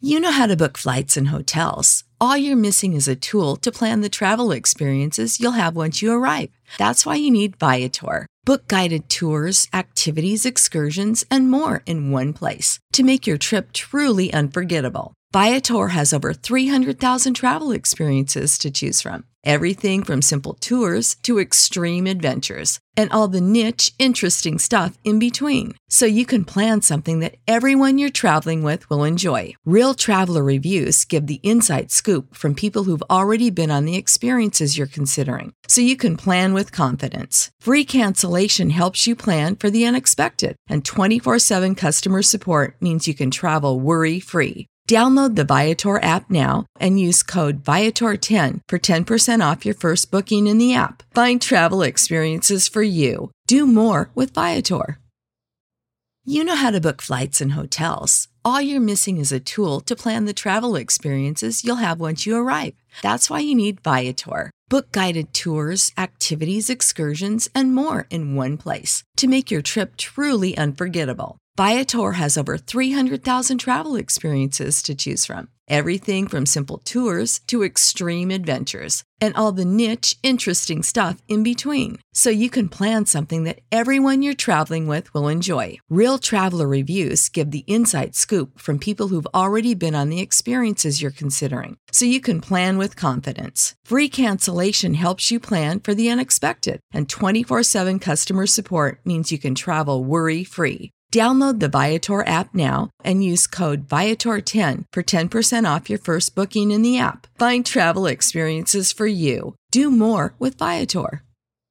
You know how to book flights and hotels. All you're missing is a tool to plan the travel experiences you'll have once you arrive. That's why you need Viator. Book guided tours, activities, excursions, and more in one place to make your trip truly unforgettable. Viator has over 300,000 travel experiences to choose from. Everything from simple tours to extreme adventures and all the niche, interesting stuff in between. So you can plan something that everyone you're traveling with will enjoy. Real traveler reviews give the inside scoop from people who've already been on the experiences you're considering. So you can plan with confidence. Free cancellation helps you plan for the unexpected. And 24/7 customer support means you can travel worry-free. Download the Viator app now and use code Viator10 for 10% off your first booking in the app. Find travel experiences for you. Do more with Viator. You know how to book flights and hotels. All you're missing is a tool to plan the travel experiences you'll have once you arrive. That's why you need Viator. Book guided tours, activities, excursions, and more in one place to make your trip truly unforgettable. Viator has over 300,000 travel experiences to choose from. Everything from simple tours to extreme adventures and all the niche, interesting stuff in between. So you can plan something that everyone you're traveling with will enjoy. Real traveler reviews give the inside scoop from people who've already been on the experiences you're considering. So you can plan with confidence. Free cancellation helps you plan for the unexpected. And 24/7 customer support means you can travel worry-free. Download the Viator app now and use code Viator10 for 10% off your first booking in the app. Find travel experiences for you. Do more with Viator.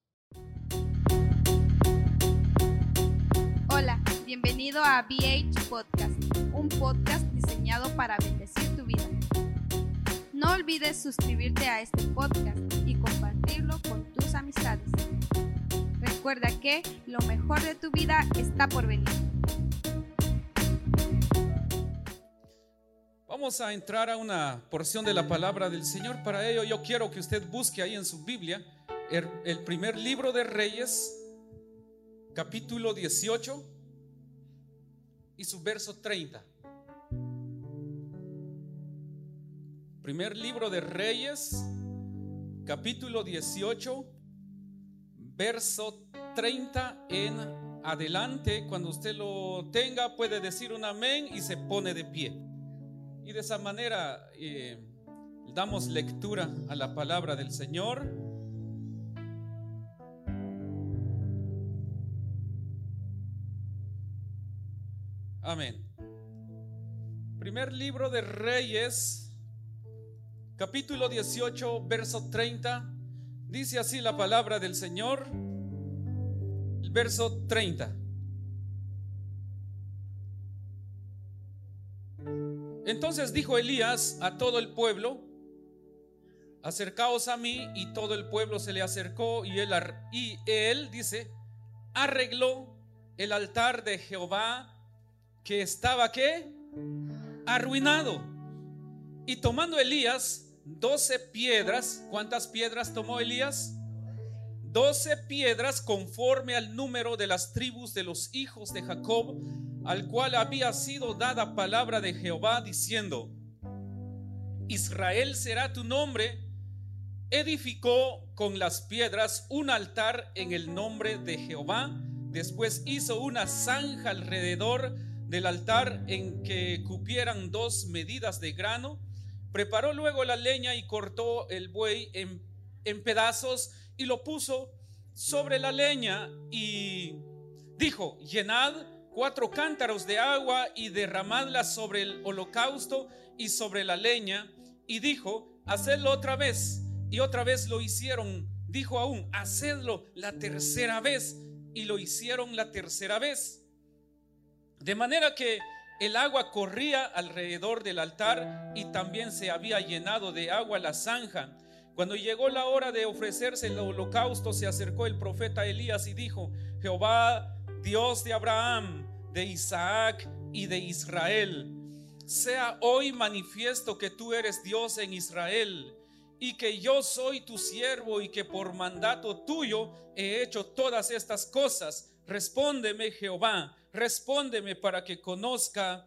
Hola, bienvenido a BH Podcast, un podcast diseñado para bendecir tu vida. No olvides suscribirte a este podcast y compartirlo con tus amistades. Recuerda que lo mejor de tu vida está por venir. Vamos a entrar a una porción de la palabra del Señor. Para ello yo quiero que usted busque ahí en su Biblia el primer libro de Reyes, capítulo 18 y su verso 30. Primer libro de Reyes, capítulo 18, verso 30 en adelante. Cuando usted lo tenga puede decir un amén y se pone de pie. Y de esa manera damos lectura a la palabra del Señor. Amén. Primer libro de Reyes, capítulo 18, verso 30. Dice así la palabra del Señor. El verso 30. Entonces dijo Elías a todo el pueblo: acercaos a mí. Y todo el pueblo se le acercó, y él dice, arregló el altar de Jehová que estaba ¿qué? Arruinado. Y tomando Elías 12 piedras. ¿Cuántas piedras tomó Elías? 12 piedras conforme al número de las tribus de los hijos de Jacob, al cual había sido dada palabra de Jehová diciendo: Israel será tu nombre. Edificó con las piedras un altar en el nombre de Jehová. Después hizo una zanja alrededor del altar en que cupieran 2 medidas de grano. Preparó luego la leña y cortó el buey en pedazos y lo puso sobre la leña y dijo: llenad 4 cántaros de agua y derramadla sobre el holocausto y sobre la leña. Y dijo: hacedlo otra vez. Y otra vez lo hicieron. Dijo aún: hacedlo la tercera vez. Y lo hicieron la tercera vez. De manera que el agua corría alrededor del altar y también se había llenado de agua la zanja. Cuando llegó la hora de ofrecerse el holocausto, se acercó el profeta Elías y dijo: Jehová, Dios de Abraham, de Isaac y de Israel, sea hoy manifiesto que tú eres Dios en Israel, y que yo soy tu siervo, y que por mandato tuyo he hecho todas estas cosas. Respóndeme, Jehová, respóndeme para que conozca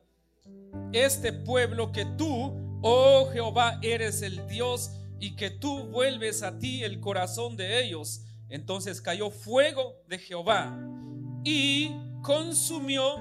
este pueblo que tú, oh Jehová, eres el Dios y que tú vuelves a ti el corazón de ellos. Entonces cayó fuego de Jehová y consumió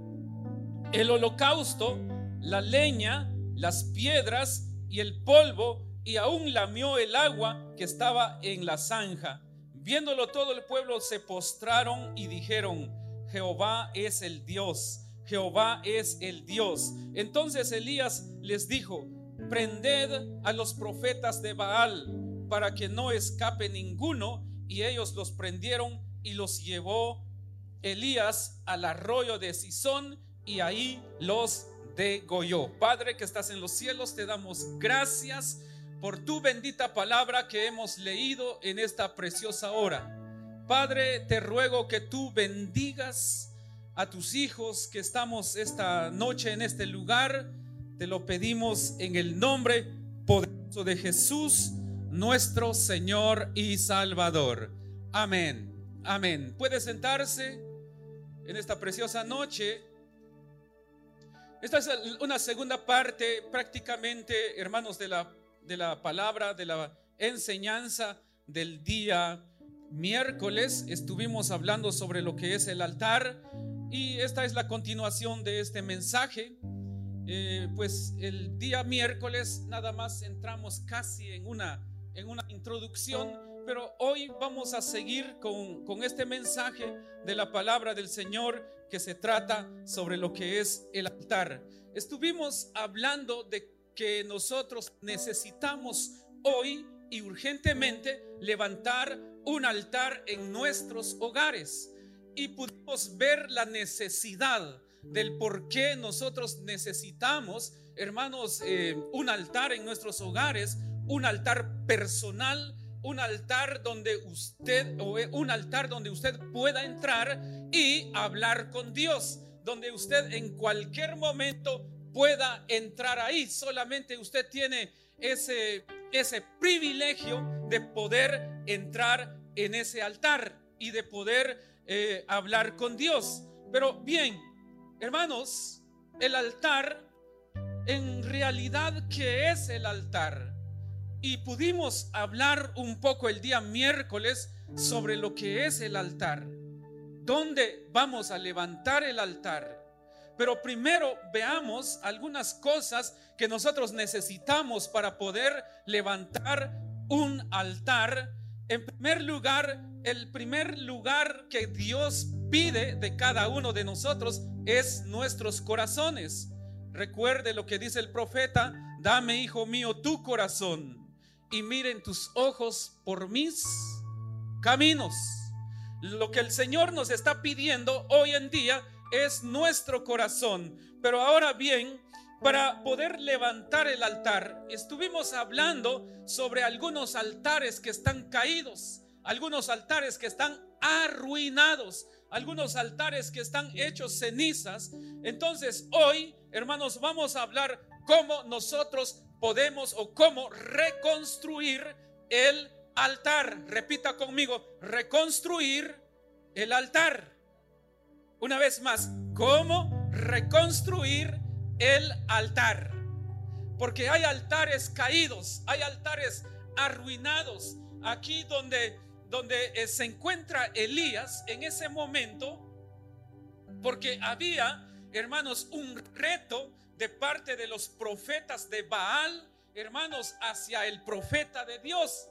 el holocausto, la leña, las piedras y el polvo, y aún lamió el agua que estaba en la zanja. Viéndolo todo el pueblo se postraron y dijeron: Jehová es el Dios, Jehová es el Dios. Entonces Elías les dijo: prended a los profetas de Baal para que no escape ninguno. Y ellos los prendieron y los llevó Elías al arroyo de Cisón y ahí los degolló. Padre que estás en los cielos, te damos gracias por tu bendita palabra que hemos leído en esta preciosa hora. Padre, te ruego que tú bendigas a tus hijos que estamos esta noche en este lugar. Te lo pedimos en el nombre poderoso de Jesús, nuestro Señor y Salvador. Amén. Amén. Puede sentarse en esta preciosa noche. Esta es una segunda parte prácticamente, hermanos, de la palabra, de la enseñanza del día miércoles. Estuvimos hablando sobre lo que es el altar y esta es la continuación de este mensaje. Pues el día miércoles nada más entramos casi en una introducción, pero hoy vamos a seguir con este mensaje de la palabra del Señor que se trata sobre lo que es el altar. Estuvimos hablando de que nosotros necesitamos hoy y urgentemente levantar un altar en nuestros hogares, y pudimos ver la necesidad del por qué nosotros necesitamos, hermanos, un altar en nuestros hogares, un altar personal, un altar donde usted pueda entrar y hablar con Dios, donde usted en cualquier momento pueda entrar ahí. Solamente usted tiene ese privilegio de poder entrar en ese altar y de poder hablar con Dios. Pero bien, hermanos, el altar, en realidad, ¿qué es el altar? Y pudimos hablar un poco el día miércoles sobre lo que es el altar, dónde vamos a levantar el altar. Pero primero veamos algunas cosas que nosotros necesitamos para poder levantar un altar. En primer lugar, el primer lugar que Dios pide de cada uno de nosotros es nuestros corazones. Recuerde lo que dice el profeta: dame, hijo mío, tu corazón, y miren tus ojos por mis caminos. Lo que el Señor nos está pidiendo hoy en día es nuestro corazón. Pero ahora bien, para poder levantar el altar, estuvimos hablando sobre algunos altares que están caídos, algunos altares que están arruinados, algunos altares que están hechos cenizas. Entonces hoy, hermanos, vamos a hablar cómo nosotros podemos o cómo reconstruir el altar. Repita conmigo: reconstruir el altar. Una vez más, ¿cómo reconstruir el altar? Porque hay altares caídos, hay altares arruinados. Aquí donde se encuentra Elías en ese momento, porque había, hermanos, un reto de parte de los profetas de Baal, hermanos, hacia el profeta de Dios.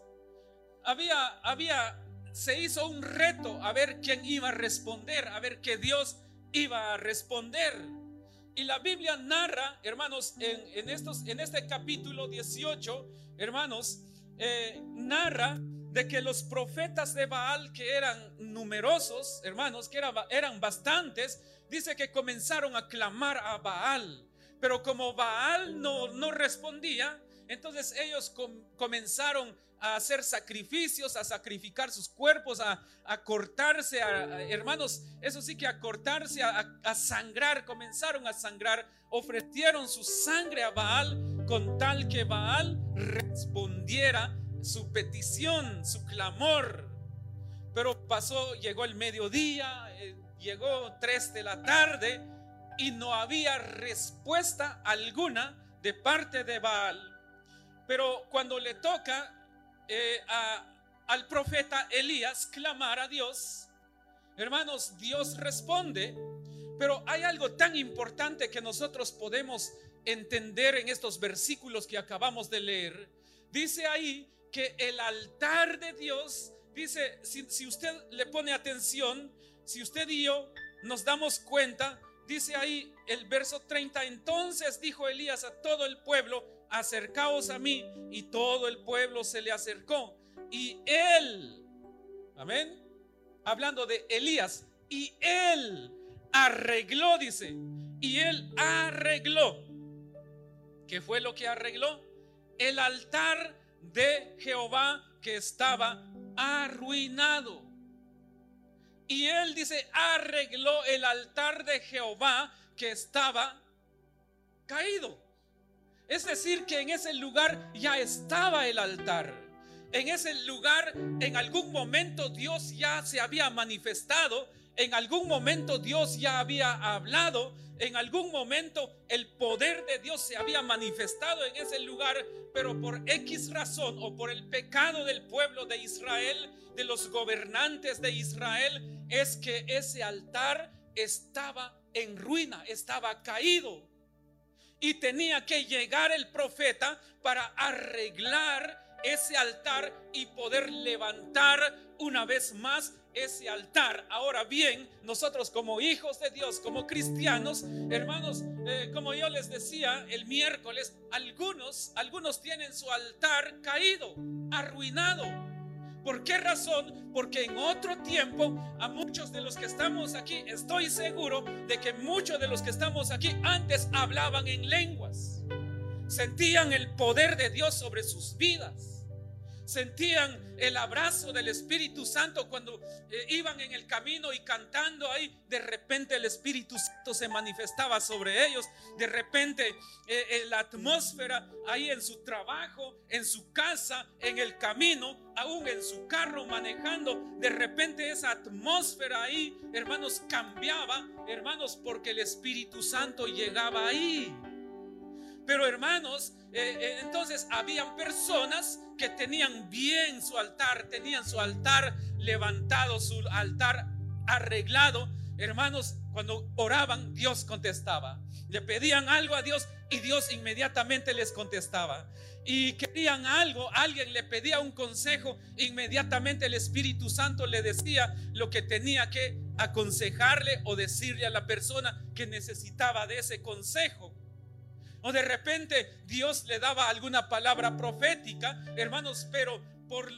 Se hizo un reto a ver quién iba a responder, a ver qué Dios iba a responder. Y la Biblia narra, hermanos, en este capítulo 18, hermanos, narra de que los profetas de Baal, que eran numerosos, hermanos, que eran bastantes, dice que comenzaron a clamar a Baal. Pero como Baal no respondía, entonces ellos comenzaron a hacer sacrificios, a sacrificar sus cuerpos, a cortarse, hermanos, eso sí que a cortarse, a sangrar, comenzaron a sangrar, ofrecieron su sangre a Baal con tal que Baal respondiera su petición, su clamor. Pero llegó el mediodía, llegó 3 de la tarde y no había respuesta alguna de parte de Baal. Pero cuando le toca al profeta Elías clamar a Dios, hermanos, Dios responde. Pero hay algo tan importante que nosotros podemos entender en estos versículos que acabamos de leer. Dice ahí que el altar de Dios, dice, si usted le pone atención, si usted y yo nos damos cuenta, dice ahí el verso 30, entonces dijo Elías a todo el pueblo, acercaos a mí, y todo el pueblo se le acercó. Y él, amén, hablando de Elías, y él arregló, dice, y él arregló. ¿Qué fue lo que arregló? El altar de Jehová que estaba arruinado. Y él dice, arregló el altar de Jehová que estaba caído. Es decir, que en ese lugar ya estaba el altar. En ese lugar, en algún momento Dios ya se había manifestado. En algún momento Dios ya había hablado. En algún momento el poder de Dios se había manifestado en ese lugar. Pero por X razón o por el pecado del pueblo de Israel, de los gobernantes de Israel, es que ese altar estaba en ruina, estaba caído. Y tenía que llegar el profeta para arreglar ese altar y poder levantar una vez más ese altar. Ahora bien, nosotros como hijos de Dios, como cristianos, hermanos, como yo les decía el miércoles, algunos tienen su altar caído, arruinado. ¿Por qué razón? Porque en otro tiempo a muchos de los que estamos aquí, estoy seguro de que muchos de los que estamos aquí antes hablaban en lenguas, sentían el poder de Dios sobre sus vidas, sentían el abrazo del Espíritu Santo cuando iban en el camino y cantando ahí. De repente el Espíritu Santo se manifestaba sobre ellos. De repente la atmósfera ahí en su trabajo, en su casa, en el camino, aún en su carro manejando, de repente esa atmósfera ahí, hermanos, cambiaba, hermanos, porque el Espíritu Santo llegaba ahí. Pero hermanos, entonces habían personas que tenían bien su altar, tenían su altar levantado, su altar arreglado. Hermanos, cuando oraban, Dios contestaba. Le pedían algo a Dios y Dios inmediatamente les contestaba. Y querían algo, alguien le pedía un consejo, inmediatamente el Espíritu Santo le decía lo que tenía que aconsejarle o decirle a la persona que necesitaba de ese consejo. O de repente Dios le daba alguna palabra profética, hermanos, pero por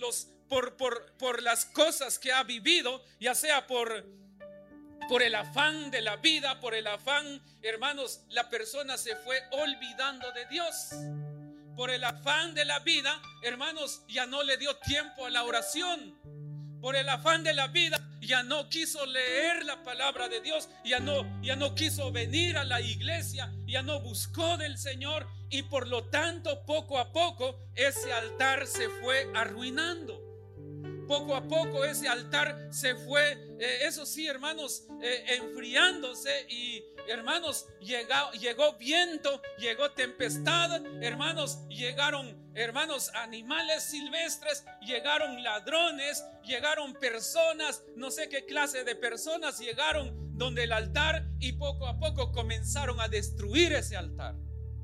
las cosas que ha vivido, ya sea por el afán de la vida, por el afán, hermanos, la persona se fue olvidando de Dios. Por el afán de la vida, hermanos, ya no le dio tiempo a la oración. Por el afán de la vida, ya no quiso leer la palabra de Dios, ya no quiso venir a la iglesia, ya no buscó del Señor, y por lo tanto poco a poco ese altar se fue arruinando. Poco a poco ese altar se fue, eso sí, hermanos, enfriándose. Y hermanos, llegó viento, llegó tempestad, hermanos, llegaron, hermanos, animales silvestres, llegaron ladrones, llegaron personas, no sé qué clase de personas llegaron donde el altar, y poco a poco comenzaron a destruir ese altar.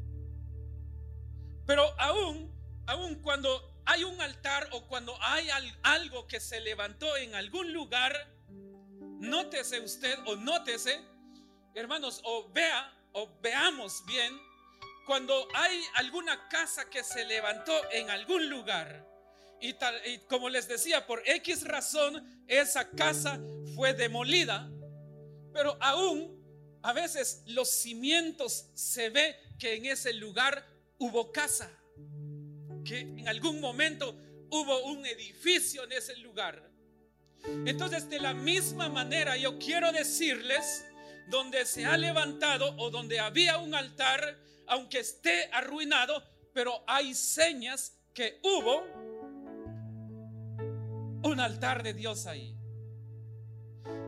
Pero aún cuando hay un altar o cuando hay algo que se levantó en algún lugar, nótese usted o nótese, hermanos, o veamos bien, cuando hay alguna casa que se levantó en algún lugar y como les decía, por X razón esa casa fue demolida, pero aún a veces los cimientos se ve que en ese lugar hubo casa, que en algún momento hubo un edificio en ese lugar. Entonces, de la misma manera, yo quiero decirles, donde se ha levantado o donde había un altar, aunque esté arruinado, pero hay señas que hubo un altar de Dios ahí.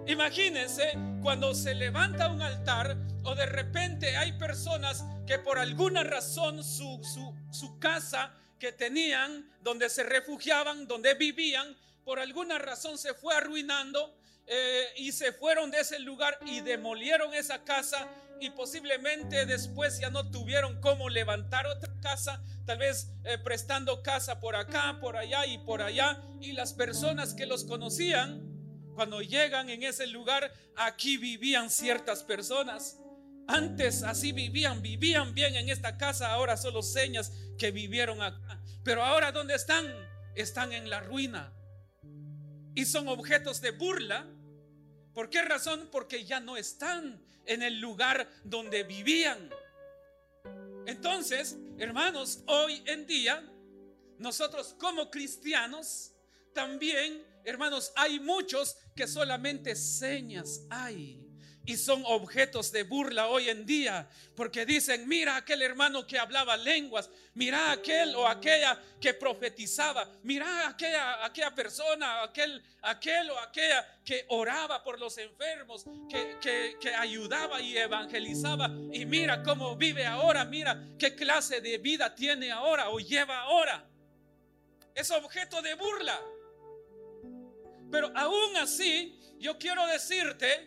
Imagínense cuando se levanta un altar o de repente hay personas que por alguna razón su casa que tenían, donde se refugiaban, donde vivían, por alguna razón se fue arruinando y se fueron de ese lugar y demolieron esa casa, y posiblemente después ya no tuvieron cómo levantar otra casa, tal vez prestando casa por acá, por allá y por allá, y las personas que los conocían, cuando llegan en ese lugar, aquí vivían ciertas personas. Antes así vivían bien en esta casa, ahora solo señas que vivieron acá. Pero ahora ¿dónde están? Están en la ruina y son objetos de burla. ¿Por qué razón? Porque ya no están en el lugar donde vivían. Entonces, hermanos, hoy en día nosotros como cristianos también, hermanos, hay muchos que solamente señas hay y son objetos de burla hoy en día, porque dicen: mira aquel hermano que hablaba lenguas, mira aquel o aquella que profetizaba, mira aquella persona, aquel o aquella que oraba por los enfermos, que ayudaba y evangelizaba, y mira cómo vive ahora, mira qué clase de vida tiene ahora o lleva ahora. Es objeto de burla. Pero aún así, yo quiero decirte,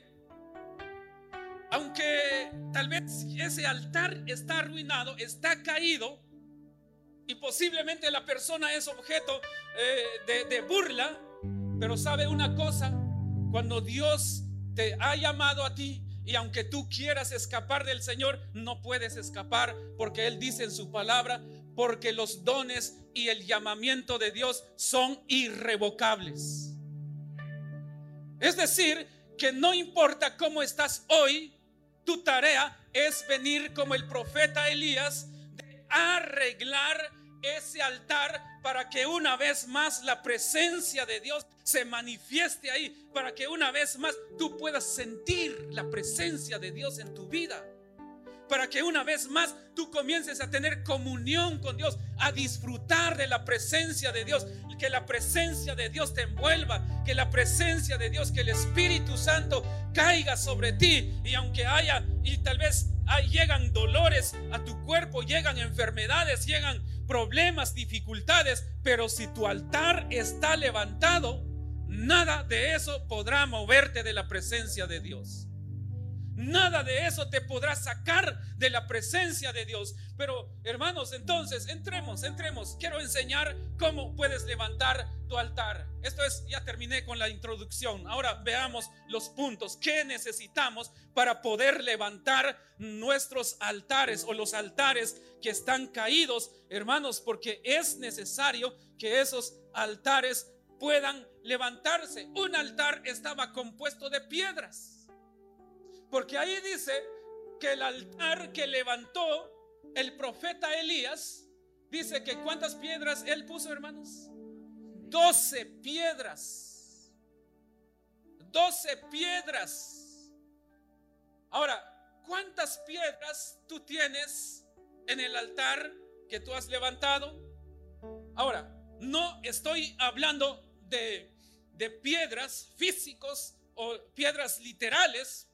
aunque tal vez ese altar está arruinado, está caído, y posiblemente la persona es objeto de burla, pero sabe una cosa: cuando Dios te ha llamado a ti, y aunque tú quieras escapar del Señor, no puedes escapar, porque Él dice en su palabra: porque los dones y el llamamiento de Dios son irrevocables. Es decir, que no importa cómo estás hoy, tu tarea es venir como el profeta Elías, de arreglar ese altar para que una vez más la presencia de Dios se manifieste ahí, para que una vez más tú puedas sentir la presencia de Dios en tu vida, para que una vez más tú comiences a tener comunión con Dios, a disfrutar de la presencia de Dios, que la presencia de Dios te envuelva, que la presencia de Dios, que el Espíritu Santo caiga sobre ti, y aunque haya, y tal vez llegan dolores a tu cuerpo, llegan enfermedades, llegan problemas, dificultades, pero si tu altar está levantado, nada de eso podrá moverte de la presencia de Dios. Nada de eso te podrá sacar de la presencia de Dios. Pero hermanos, entonces entremos. Quiero enseñar cómo puedes levantar tu altar. Esto es, ya terminé con la introducción. Ahora veamos los puntos que necesitamos para poder levantar nuestros altares, o los altares que están caídos, hermanos, porque es necesario que esos altares puedan levantarse. Un altar estaba compuesto de piedras, porque ahí dice que el altar que levantó el profeta Elías, dice que ¿cuántas piedras él puso, hermanos? 12 piedras. 12 piedras. Ahora, ¿cuántas piedras tú tienes en el altar que tú has levantado? Ahora, no estoy hablando de piedras físicos o piedras literales.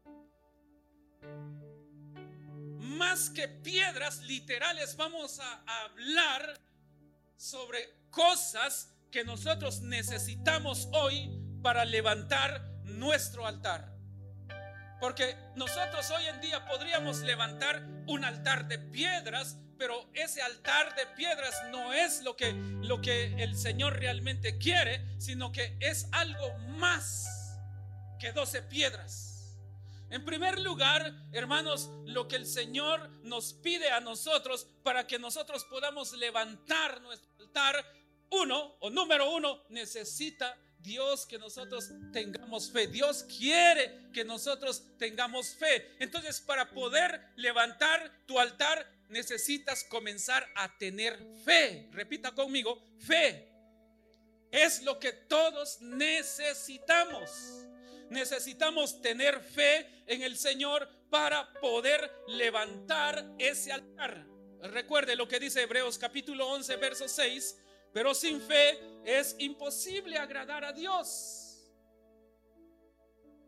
Más que piedras literales, vamos a hablar sobre cosas que nosotros necesitamos hoy para levantar nuestro altar. Porque nosotros hoy en día podríamos levantar un altar de piedras, pero ese altar de piedras no es lo que el Señor realmente quiere, sino que es algo más que 12 piedras. En primer lugar, hermanos, lo que el Señor nos pide a nosotros para que nosotros podamos levantar nuestro altar, número uno, necesita Dios que nosotros tengamos fe. Dios quiere que nosotros tengamos fe. Entonces, para poder levantar tu altar, necesitas comenzar a tener fe. Repita conmigo: fe. Es lo que todos necesitamos. Necesitamos tener fe en el Señor para poder levantar ese altar. Recuerde lo que dice Hebreos capítulo 11 verso 6: pero sin fe es imposible agradar a Dios.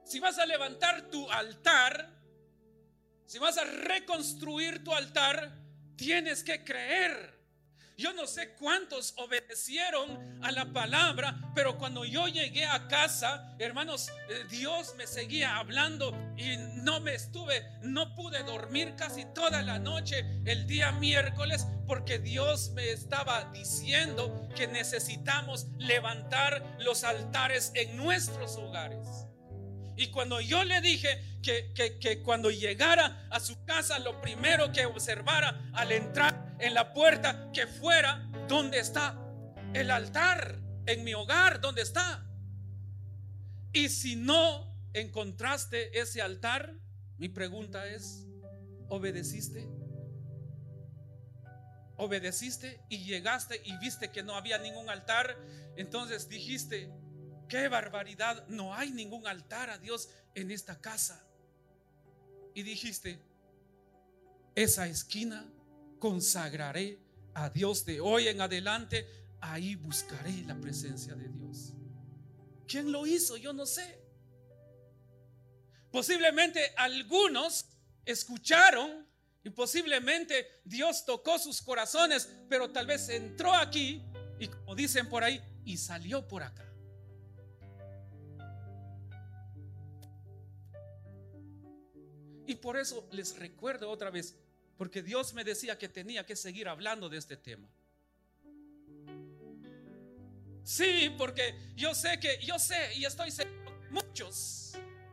Si vas a levantar tu altar, si vas a reconstruir tu altar, tienes que creer. Yo no sé cuántos obedecieron a la palabra, pero cuando yo llegué a casa, hermanos, Dios me seguía hablando y no pude dormir casi toda la noche el día miércoles, porque Dios me estaba diciendo que necesitamos levantar los altares en nuestros hogares. Y cuando yo le dije que cuando llegara a su casa, lo primero que observara al entrar en la puerta, que fuera donde está el altar en mi hogar, donde está. Y si no encontraste ese altar, mi pregunta es: ¿obedeciste? ¿Obedeciste y llegaste y viste que no había ningún altar? Entonces dijiste: ¡qué barbaridad! No hay ningún altar a Dios en esta casa. Y dijiste: esa esquina consagraré a Dios de hoy en adelante, ahí buscaré la presencia de Dios. ¿Quién lo hizo? Yo no sé. Posiblemente algunos escucharon y posiblemente Dios tocó sus corazones, pero tal vez entró aquí y, como dicen por ahí, y salió por acá. Y por eso les recuerdo otra vez, porque Dios me decía que tenía que seguir hablando de este tema. Sí, porque yo sé y estoy seguro que muchos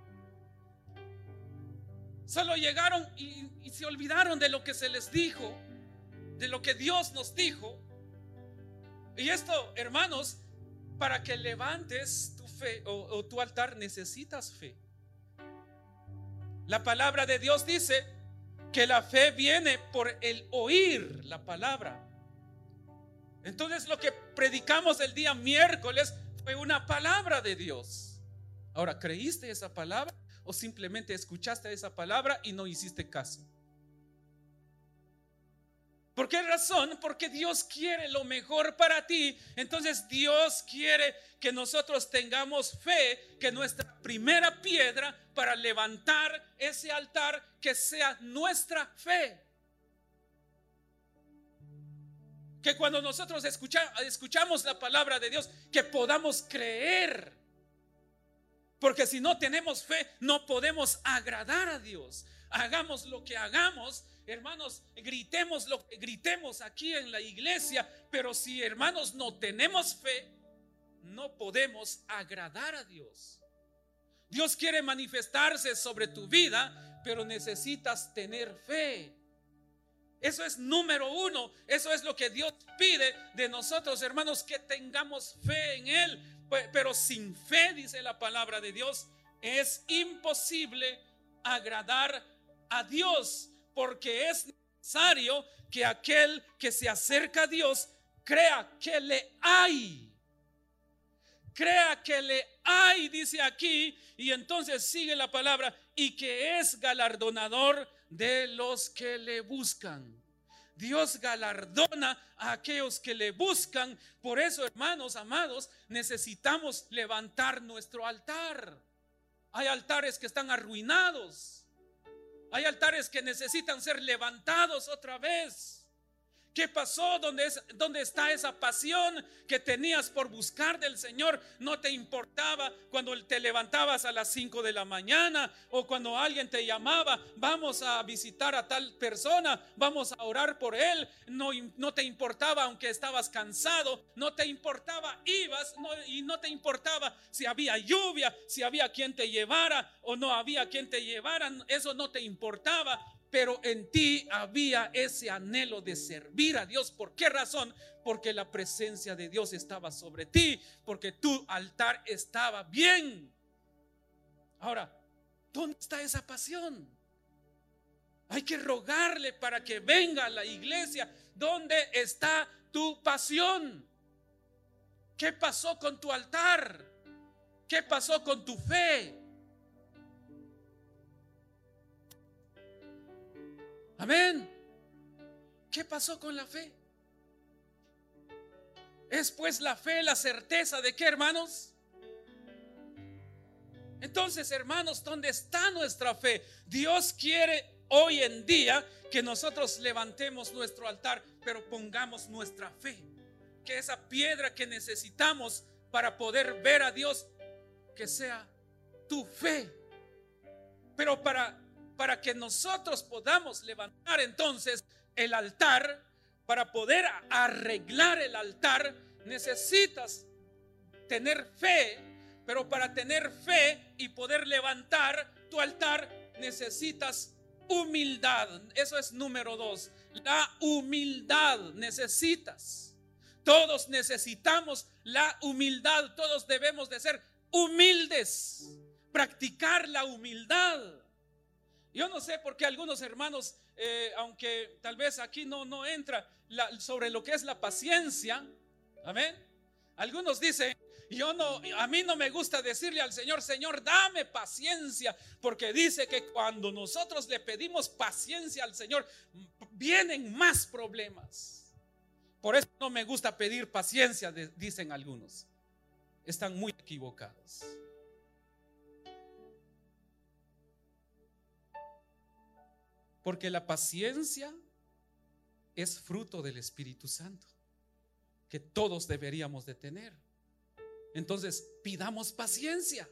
solo llegaron y se olvidaron de lo que se les dijo, de lo que Dios nos dijo. Y esto, hermanos, para que levantes tu fe o tu altar, necesitas fe. La palabra de Dios dice que la fe viene por el oír la palabra. Entonces lo que predicamos el día miércoles fue una palabra de Dios. Ahora, ¿creíste esa palabra o simplemente escuchaste esa palabra y no hiciste caso? ¿Por qué razón? Porque Dios quiere lo mejor para ti. Entonces Dios quiere que nosotros tengamos fe, que nuestra primera piedra para levantar ese altar, que sea nuestra fe. Que cuando nosotros escuchamos la palabra de Dios, que podamos creer. Porque si no tenemos fe, no podemos agradar a Dios. Hagamos lo que hagamos, hermanos, gritemos lo que gritemos aquí en la iglesia, pero si, hermanos, no tenemos fe, no podemos agradar a Dios. Dios quiere manifestarse sobre tu vida, pero necesitas tener fe. Eso es número uno. Eso es lo que Dios pide de nosotros, hermanos, que tengamos fe en Él. Pero sin fe, dice la palabra de Dios, es imposible agradar a Dios, porque es necesario que aquel que se acerca a Dios crea que le hay. Crea que le hay, dice aquí, y entonces sigue la palabra, y que es galardonador de los que le buscan. Dios galardona a aquellos que le buscan. Por eso, hermanos amados, necesitamos levantar nuestro altar. Hay altares que están arruinados. Hay altares que necesitan ser levantados otra vez. ¿Qué pasó? ¿Dónde está esa pasión que tenías por buscar del Señor? No te importaba cuando te levantabas a las 5 de la mañana o cuando alguien te llamaba: vamos a visitar a tal persona, vamos a orar por él. No te importaba aunque estabas cansado, no te importaba, ibas, y no te importaba si había lluvia, si había quien te llevara o no había quien te llevara. Eso no te importaba. Pero en ti había ese anhelo de servir a Dios. ¿Por qué razón? Porque la presencia de Dios estaba sobre ti, porque tu altar estaba bien. Ahora, ¿dónde está esa pasión? Hay que rogarle para que venga a la iglesia. ¿Dónde está tu pasión? ¿Qué pasó con tu altar? ¿Qué pasó con tu fe? Amén. ¿Qué pasó con la fe? ¿Es pues la fe la certeza de qué, hermanos? Entonces, hermanos, ¿dónde está nuestra fe? Dios quiere hoy en día que nosotros levantemos nuestro altar, pero pongamos nuestra fe, que esa piedra que necesitamos para poder ver a Dios, que sea tu fe. Pero para que nosotros podamos levantar entonces el altar, para poder arreglar el altar, necesitas tener fe. Pero para tener fe y poder levantar tu altar, necesitas humildad. Eso es número 2. La humildad necesitas. Todos necesitamos la humildad. Todos debemos de ser humildes. Practicar la humildad. Yo no sé por qué algunos hermanos, aunque tal vez aquí no entra sobre lo que es la paciencia. Amén. Algunos dicen: a mí no me gusta decirle al Señor: Señor, dame paciencia, porque dice que cuando nosotros le pedimos paciencia al Señor, vienen más problemas. Por eso no me gusta pedir paciencia, dicen algunos. Están muy equivocados. Porque la paciencia es fruto del Espíritu Santo, que todos deberíamos de tener. Entonces, pidamos paciencia.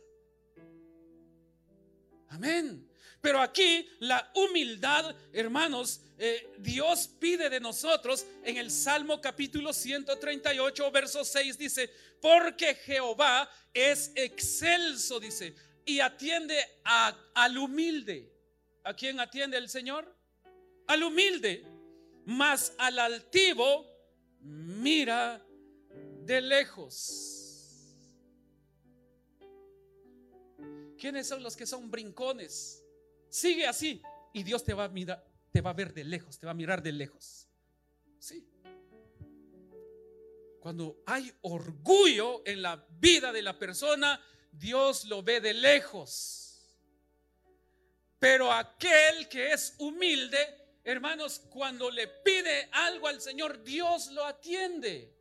Amén. Pero aquí la humildad, hermanos, Dios pide de nosotros en el Salmo capítulo 138, verso 6, dice: porque Jehová es excelso, dice, y atiende al humilde. ¿A quién atiende el Señor? Al humilde. Mas al altivo mira de lejos. ¿Quiénes son los que son brincones? Sigue así y Dios te va a mirar, te va a ver de lejos, te va a mirar de lejos. Sí. Cuando hay orgullo en la vida de la persona, Dios lo ve de lejos. Pero aquel que es humilde, hermanos, cuando le pide algo al Señor, Dios lo atiende.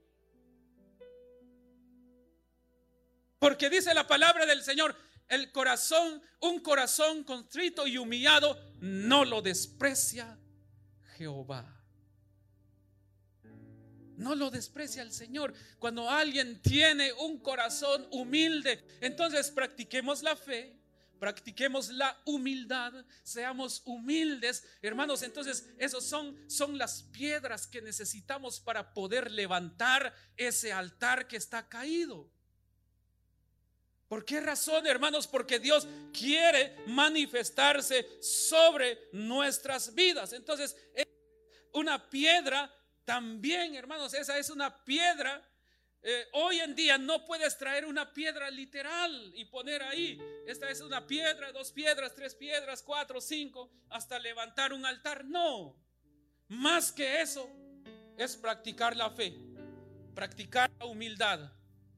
Porque dice la palabra del Señor: un corazón contrito y humillado no lo desprecia Jehová. No lo desprecia el Señor. Cuando alguien tiene un corazón humilde, entonces practiquemos la fe, practiquemos la humildad, seamos humildes, hermanos. Entonces esos son las piedras que necesitamos para poder levantar ese altar que está caído. ¿Por qué razón, hermanos? Porque Dios quiere manifestarse sobre nuestras vidas. Entonces, una piedra también, hermanos, esa es una piedra. Hoy en día no puedes traer una piedra literal y poner ahí: esta es una piedra, 2 piedras, 3 piedras, 4, 5, hasta levantar un altar. No, más que eso es practicar la fe, practicar la humildad.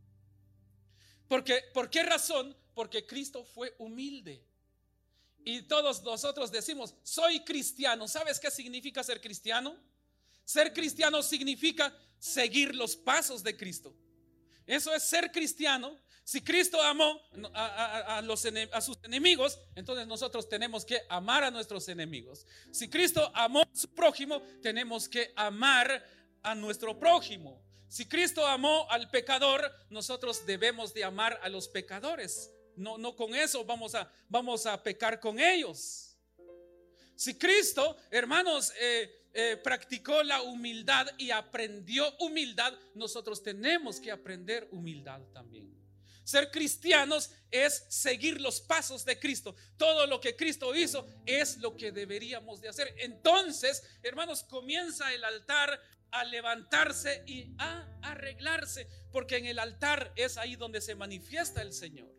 ¿Por qué razón? Porque Cristo fue humilde. Y todos nosotros decimos: soy cristiano. ¿Sabes qué significa ser cristiano? Ser cristiano significa seguir los pasos de Cristo. Eso es ser cristiano. Si Cristo amó a sus enemigos, entonces nosotros tenemos que amar a nuestros enemigos. Si Cristo amó a su prójimo, tenemos que amar a nuestro prójimo. Si Cristo amó al pecador, nosotros debemos de amar a los pecadores. No con eso vamos a pecar con ellos. Si Cristo, hermanos, practicó la humildad y aprendió humildad, nosotros tenemos que aprender humildad también. Ser cristianos es seguir los pasos de Cristo. Todo lo que Cristo hizo es lo que deberíamos de hacer. Entonces, hermanos, comienza el altar a levantarse y a arreglarse, porque en el altar es ahí donde se manifiesta el Señor.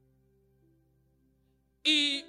Y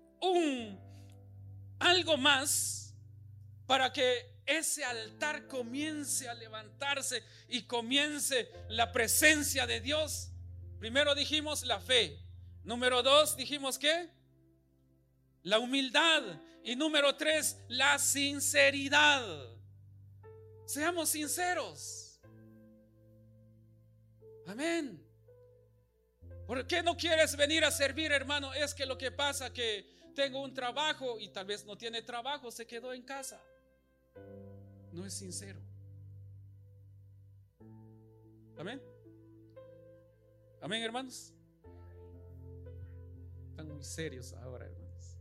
algo más para que ese altar comience a levantarse y comience la presencia de Dios. Primero dijimos la fe. Número 2 dijimos ¿qué? La humildad. Y número 3, la sinceridad. Seamos sinceros. Amén. ¿Por qué no quieres venir a servir, hermano? Es que lo que pasa que tengo un trabajo, y tal vez no tiene trabajo, se quedó en casa. No es sincero. Amén. Amén, hermanos. Están muy serios ahora, hermanos.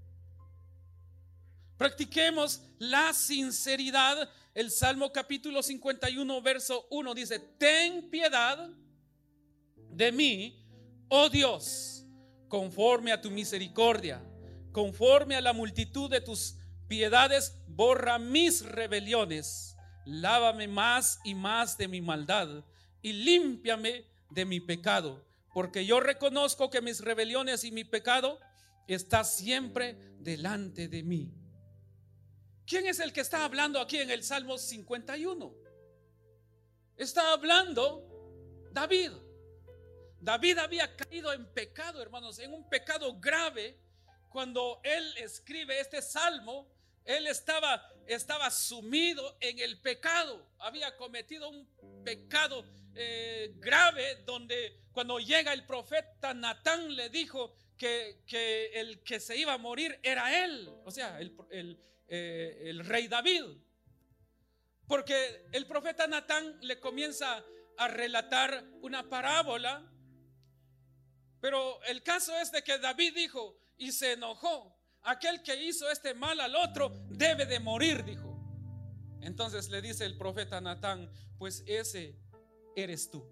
Practiquemos la sinceridad. El Salmo capítulo 51 verso 1 dice: ten piedad de mí, oh Dios, conforme a tu misericordia, conforme a la multitud de tus piedades, borra mis rebeliones, lávame más y más de mi maldad y límpiame de mi pecado, porque yo reconozco que mis rebeliones y mi pecado está siempre delante de mí. ¿Quién es el que está hablando aquí en el Salmo 51? Está hablando David. David había caído en pecado, hermanos, en un pecado grave. Cuando él escribe este salmo, él estaba sumido en el pecado. Había cometido un pecado grave, donde cuando llega el profeta Natán le dijo que el que se iba a morir era él, o sea, el rey David. Porque el profeta Natán le comienza a relatar una parábola. Pero el caso es de que David dijo y se enojó: aquel que hizo este mal al otro debe de morir, dijo. Entonces le dice el profeta Natán: pues ese eres tú.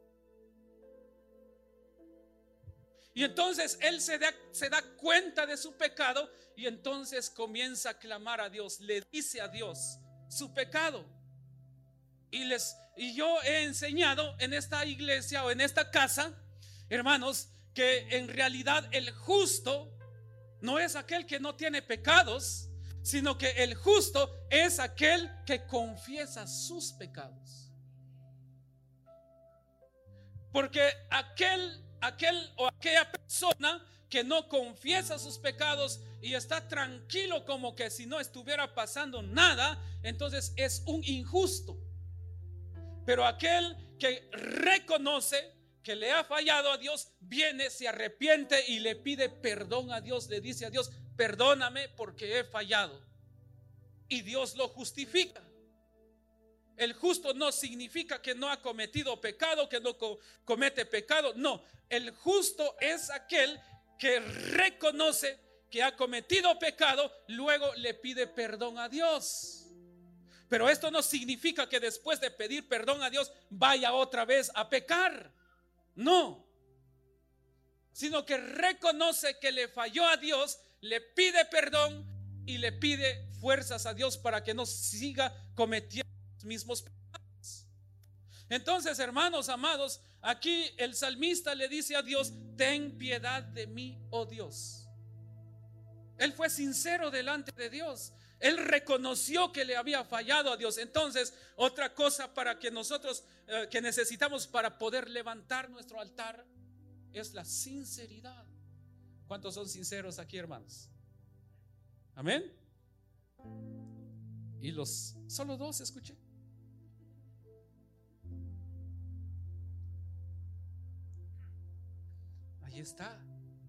Y entonces él se da cuenta de su pecado, y entonces comienza a clamar a Dios. Le dice a Dios su pecado. Y yo he enseñado en esta iglesia o en esta casa, hermanos, que en realidad el justo no es aquel que no tiene pecados, sino que el justo es aquel que confiesa sus pecados. Porque aquel o aquella persona que no confiesa sus pecados y está tranquilo como que si no estuviera pasando nada, entonces es un injusto. Pero aquel que reconoce que le ha fallado a Dios, viene, se arrepiente y le pide perdón a Dios. Le dice a Dios: perdóname porque he fallado. Y Dios lo justifica. El justo no significa que no ha cometido pecado, que no comete pecado. No, el justo es aquel que reconoce que ha cometido pecado, luego le pide perdón a Dios. Pero esto no significa que después de pedir perdón a Dios vaya otra vez a pecar. No, sino que reconoce que le falló a Dios, le pide perdón y le pide fuerzas a Dios para que no siga cometiendo los mismos pecados. Entonces, hermanos amados, aquí el salmista le dice a Dios: ten piedad de mí, oh Dios. Él fue sincero delante de Dios. Él reconoció que le había fallado a Dios. Entonces, otra cosa para que nosotros que necesitamos para poder levantar nuestro altar es la sinceridad. ¿Cuántos son sinceros aquí, hermanos? Amén. Y solo dos escuché. Ahí está.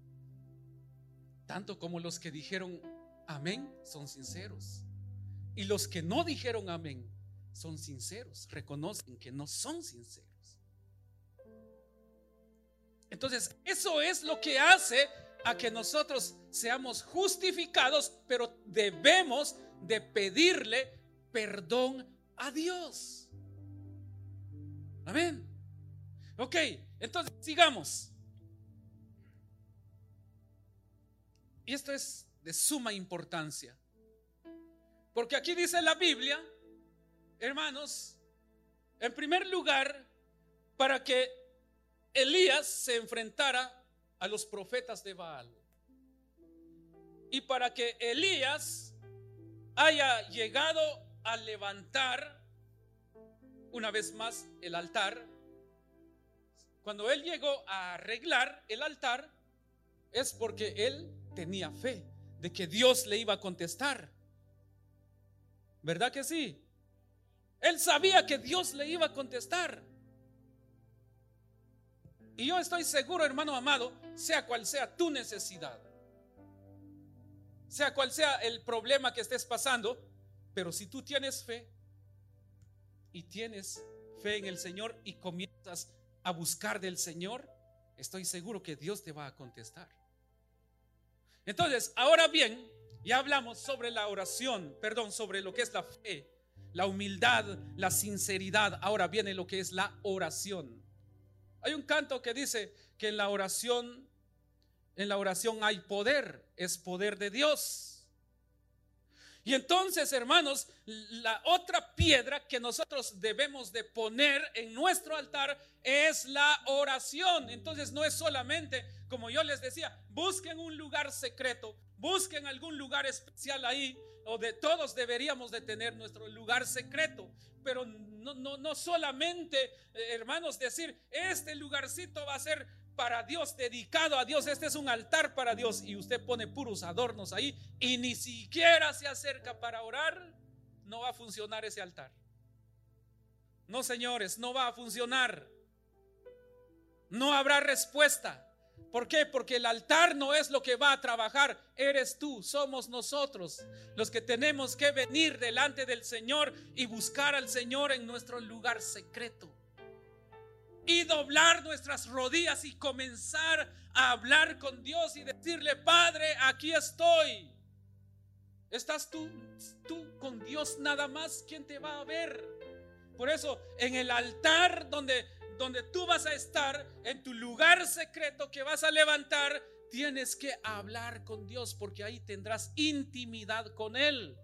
Tanto como los que dijeron amén son sinceros, y los que no dijeron amén son sinceros, reconocen que no son sinceros. Entonces eso es lo que hace a que nosotros seamos justificados, pero debemos de pedirle perdón a Dios. Amén. Ok, entonces sigamos. Y esto es de suma importancia, porque aquí dice la Biblia, hermanos, en primer lugar, para que Elías se enfrentara a los profetas de Baal, y para que Elías haya llegado a levantar una vez más el altar. Cuando él llegó a arreglar el altar, es porque él tenía fe de que Dios le iba a contestar. ¿Verdad que sí? Él sabía que Dios le iba a contestar. Y yo estoy seguro, hermano amado, sea cual sea tu necesidad, sea cual sea el problema que estés pasando, pero si tú tienes fe y tienes fe en el Señor y comienzas a buscar del Señor, estoy seguro que Dios te va a contestar. Entonces, ahora bien, ya hablamos sobre la oración, sobre lo que es la fe, la humildad, la sinceridad. Ahora viene lo que es la oración. Hay un canto que dice que en la oración hay poder, es poder de Dios. Y entonces, hermanos, la otra piedra que nosotros debemos de poner en nuestro altar es la oración. Entonces no es solamente, como yo les decía, busquen un lugar secreto, busquen algún lugar especial ahí, todos deberíamos de tener nuestro lugar secreto. Pero no solamente, hermanos, decir, este lugarcito va a ser para Dios, dedicado a Dios, este es un altar para Dios, y usted pone puros adornos ahí y ni siquiera se acerca para orar. No va a funcionar ese altar. No, señores, no va a funcionar. No habrá respuesta. ¿Por qué? Porque el altar no es lo que va a trabajar, eres tú, somos nosotros los que tenemos que venir delante del Señor y buscar al Señor en nuestro lugar secreto y doblar nuestras rodillas y comenzar a hablar con Dios y decirle: Padre, aquí estoy. ¿Estás tú con Dios nada más? ¿Quién te va a ver? Por eso, en el altar donde tú vas a estar, en tu lugar secreto que vas a levantar, tienes que hablar con Dios, porque ahí tendrás intimidad con Él.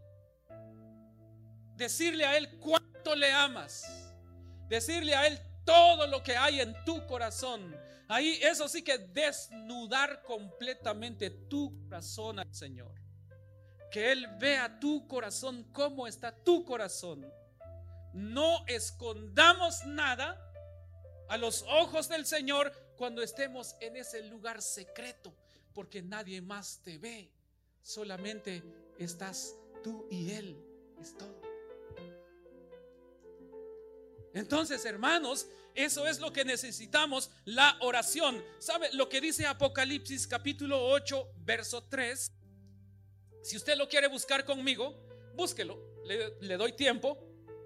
Decirle a Él cuánto le amas, decirle a Él todo lo que hay en tu corazón. Ahí, eso sí, que desnudar completamente tu corazón al Señor, que Él vea tu corazón, cómo está tu corazón. No escondamos nada a los ojos del Señor cuando estemos en ese lugar secreto, porque nadie más te ve, solamente estás tú y Él, es todo. Entonces, hermanos, eso es lo que necesitamos, la oración. ¿Sabe lo que dice Apocalipsis capítulo 8 verso 3? Si usted lo quiere buscar conmigo, búsquelo, le doy tiempo.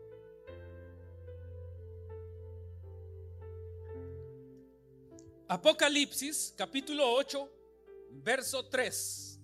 Apocalipsis capítulo 8 verso 3.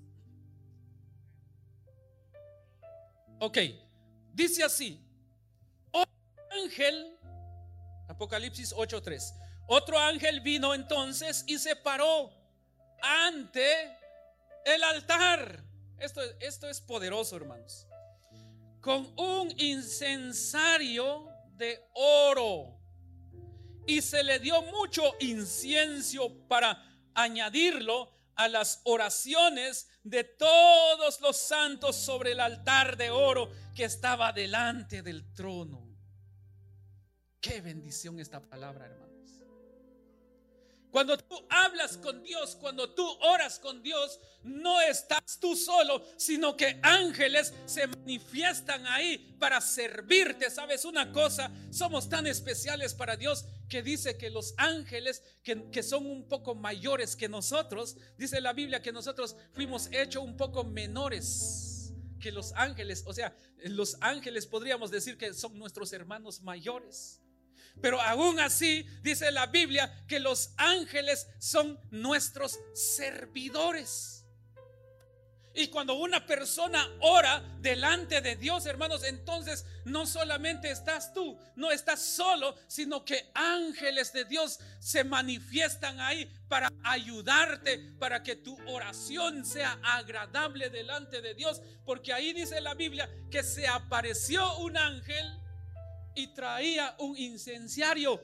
Ok, dice así: otro ángel, Apocalipsis 8:3, otro ángel vino entonces y se paró ante el altar. Esto es poderoso, hermanos. Con un incensario de oro, y se le dio mucho incienso para añadirlo a las oraciones de todos los santos sobre el altar de oro que estaba delante del trono. Qué bendición esta palabra, hermanos. Cuando tú hablas con Dios, cuando tú oras con Dios, no estás tú solo, sino que ángeles se manifiestan ahí para servirte. ¿Sabes una cosa? Somos tan especiales para Dios que dice que los ángeles que son un poco mayores que nosotros, dice la Biblia que nosotros fuimos hechos un poco menores que los ángeles. O sea, los ángeles podríamos decir que son nuestros hermanos mayores. Pero aún así dice la Biblia que los ángeles son nuestros servidores. Y cuando una persona ora delante de Dios, hermanos, entonces no solamente estás tú, no estás solo, sino que ángeles de Dios se manifiestan ahí para ayudarte, para que tu oración sea agradable delante de Dios. Porque ahí dice la Biblia que se apareció un ángel y traía un incensario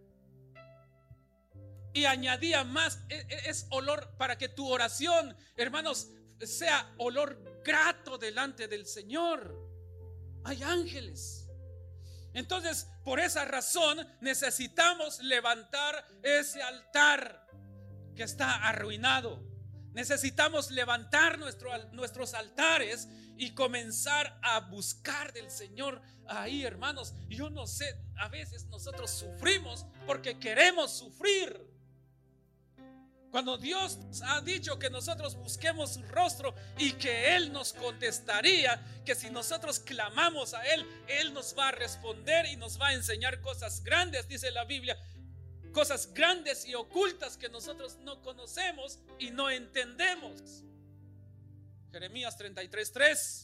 y añadía más. Es olor para que tu oración, hermanos, sea olor grato delante del Señor. Hay ángeles. Entonces, por esa razón necesitamos levantar ese altar que está arruinado. Necesitamos levantar nuestros altares y comenzar a buscar del Señor ahí, hermanos. Yo no sé, a veces nosotros sufrimos porque queremos sufrir. Cuando Dios ha dicho que nosotros busquemos su rostro y que Él nos contestaría, que si nosotros clamamos a Él, Él nos va a responder y nos va a enseñar cosas grandes, dice la Biblia, cosas grandes y ocultas que nosotros no conocemos y no entendemos. Jeremías 33:3.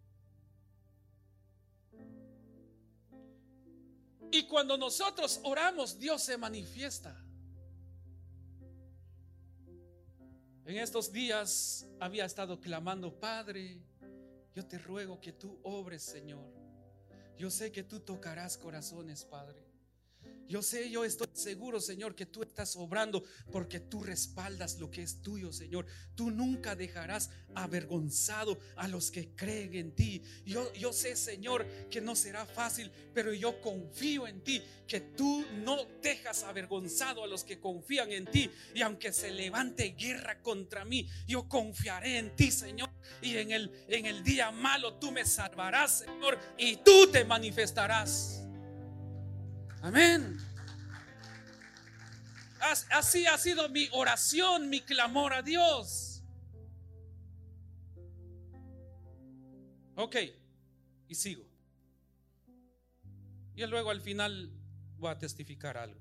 Y cuando nosotros oramos, Dios se manifiesta. En estos días había estado clamando: Padre, yo te ruego que tú obres, Señor. Yo sé que tú tocarás corazones, Padre. Yo estoy seguro, Señor, que tú estás obrando porque tú respaldas lo que es tuyo, Señor. Tú nunca dejarás avergonzado a los que creen en ti. Yo sé, Señor, que no será fácil, pero yo confío en ti, que tú no dejas avergonzado a los que confían en ti. Y aunque se levante guerra contra mí, yo confiaré en ti, Señor. Y en el día malo tú me salvarás, Señor, y tú te manifestarás. Amén. Así ha sido mi oración, mi clamor a Dios. Ok, y sigo. Y luego al final voy a testificar algo.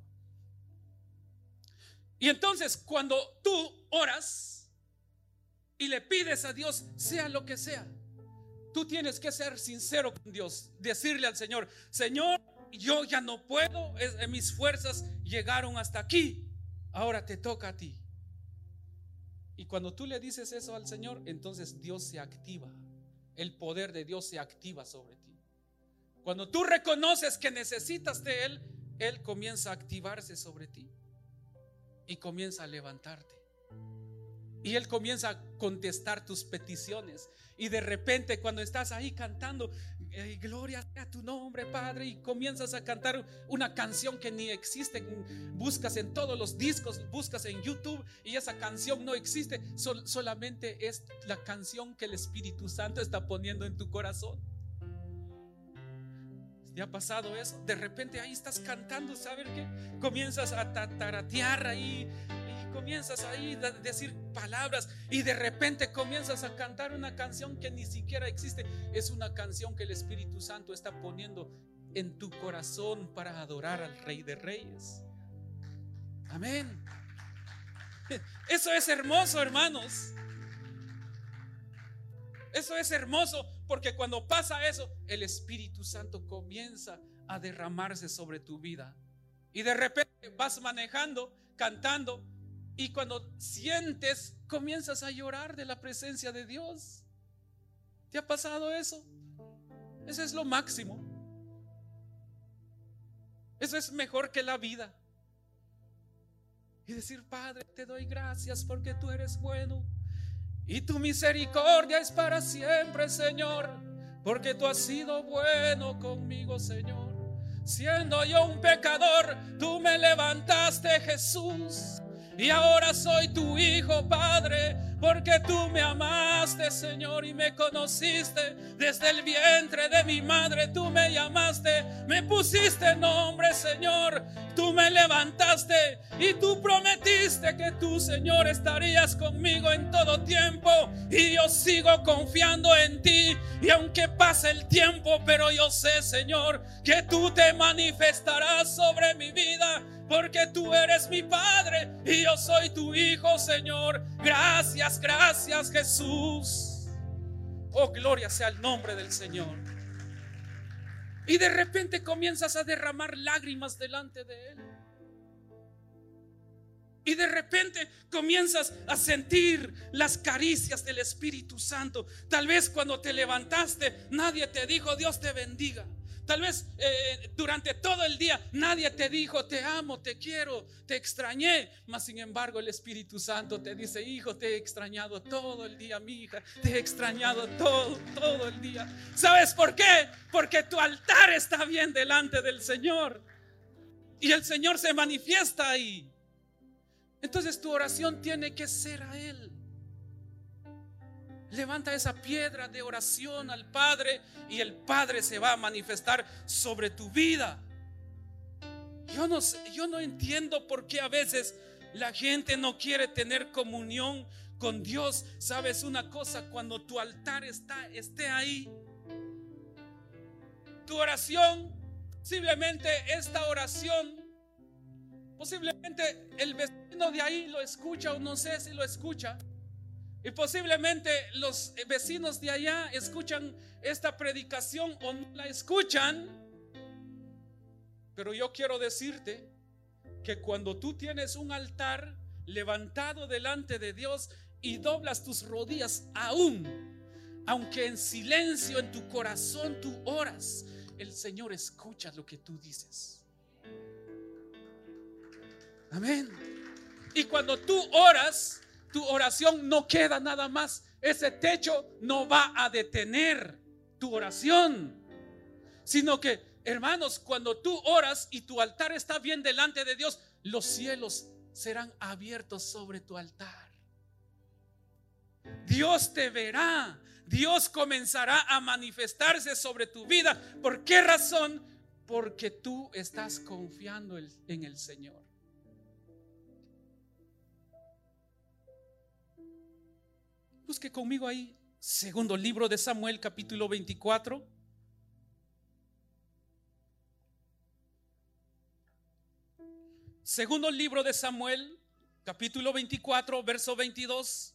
Y entonces cuando tú oras y le pides a Dios, sea lo que sea, tú tienes que ser sincero con Dios. Decirle al Señor: Señor, yo ya no puedo, mis fuerzas llegaron hasta aquí, ahora te toca a ti. Y cuando tú le dices eso al Señor, entonces Dios se activa, el poder de Dios se activa sobre ti. Cuando tú reconoces que necesitas de Él, Él comienza a activarse sobre ti y comienza a levantarte. Y Él comienza a contestar tus peticiones. Y de repente cuando estás ahí cantando, gloria a tu nombre, Padre, y comienzas a cantar una canción que ni existe, buscas en todos los discos, buscas en YouTube y esa canción no existe, solamente es la canción que el Espíritu Santo está poniendo en tu corazón. ¿Te ha pasado eso? De repente ahí estás cantando, ¿sabes qué? Comienzas a taratear ahí, comienzas ahí a decir palabras y de repente comienzas a cantar una canción que ni siquiera existe. Es una canción que el Espíritu Santo está poniendo en tu corazón para adorar al Rey de Reyes. Amén. Eso es hermoso, hermanos. Eso es hermoso, porque cuando pasa eso, el Espíritu Santo comienza a derramarse sobre tu vida. Y de repente vas manejando, cantando, y cuando sientes, comienzas a llorar de la presencia de Dios. ¿Te ha pasado eso? Eso es lo máximo. Eso es mejor que la vida. Y decir: Padre, te doy gracias porque tú eres bueno y tu misericordia es para siempre, Señor, porque tú has sido bueno conmigo, Señor. Siendo yo un pecador, tú me levantaste, Jesús, y ahora soy tu hijo, Padre, porque tú me amaste, Señor, y me conociste desde el vientre de mi madre. Tú me llamaste, me pusiste nombre, Señor. Tú me levantaste y tú prometiste que tú, Señor, estarías conmigo en todo tiempo. Y yo sigo confiando en ti. Y aunque pase el tiempo, pero yo sé, Señor, que tú te manifestarás sobre mi vida, porque tú eres mi Padre y yo soy tu hijo, Señor. Gracias, gracias, Jesús. Oh, gloria sea el nombre del Señor. Y de repente comienzas a derramar lágrimas delante de Él. Y de repente comienzas a sentir las caricias del Espíritu Santo. Tal vez cuando te levantaste nadie te dijo Dios te bendiga. Tal vez durante todo el día nadie te dijo te amo, te quiero, te extrañé. Mas sin embargo el Espíritu Santo te dice: hijo, te he extrañado todo el día, mi hija, te he extrañado todo el día. ¿Sabes por qué? Porque tu altar está bien delante del Señor y el Señor se manifiesta ahí. Entonces tu oración tiene que ser a Él. Levanta esa piedra de oración al Padre y el Padre se va a manifestar sobre tu vida. Yo no entiendo por qué a veces La gente no quiere tener comunión con Dios. ¿Sabes una cosa? Cuando tu altar esté ahí, tu oración, posiblemente esta oración, posiblemente el vecino de ahí lo escucha o no sé si lo escucha, y posiblemente los vecinos de allá escuchan esta predicación o no la escuchan. Pero yo quiero decirte que cuando tú tienes un altar levantado delante de Dios y doblas tus rodillas, aunque en silencio en tu corazón tú oras, el Señor escucha lo que tú dices. Amén. Y cuando tú oras, tu oración no queda nada más. Ese techo no va a detener tu oración, sino que, hermanos, cuando tú oras y tu altar está bien delante de Dios, los cielos serán abiertos sobre tu altar. Dios te verá. Dios comenzará a manifestarse sobre tu vida. ¿Por qué razón? Porque tú estás confiando en el Señor. Busque conmigo ahí, segundo libro de Samuel, capítulo 24. Segundo libro de Samuel, capítulo 24, verso 22.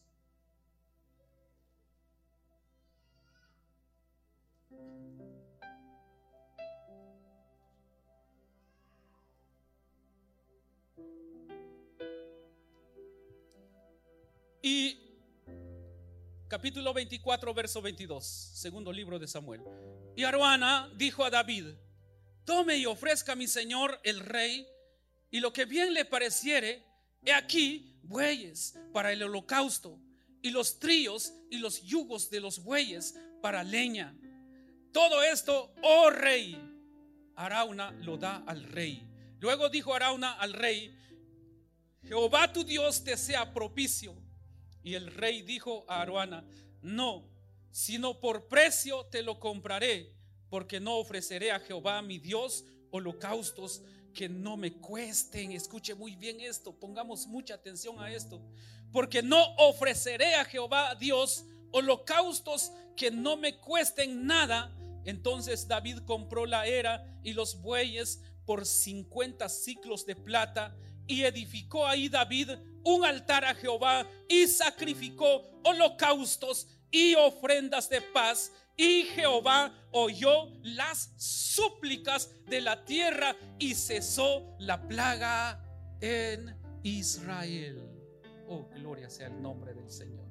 Y capítulo 24, verso 22, segundo libro de Samuel. Y Arauna dijo a David: tome y ofrezca a mi señor el rey, y lo que bien le pareciere, he aquí bueyes para el holocausto, y los trillos y los yugos de los bueyes para leña. Todo esto, oh rey. Arauna lo da al rey. Luego dijo Arauna al rey: Jehová tu Dios te sea propicio. Y el rey dijo a Arauna: no, sino por precio te lo compraré, porque no ofreceré a Jehová mi Dios holocaustos que no me cuesten. Escuche muy bien esto, pongamos mucha atención a esto. Porque no ofreceré a Jehová Dios holocaustos que no me cuesten nada. Entonces David compró la era y los bueyes por 50 siclos de plata, y edificó ahí David un altar a Jehová, y sacrificó holocaustos y ofrendas de paz. Y Jehová oyó las súplicas de la tierra, y cesó la plaga en Israel. Oh, gloria sea el nombre del Señor.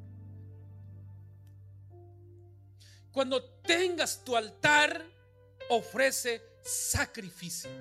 Cuando tengas tu altar, ofrece sacrificio.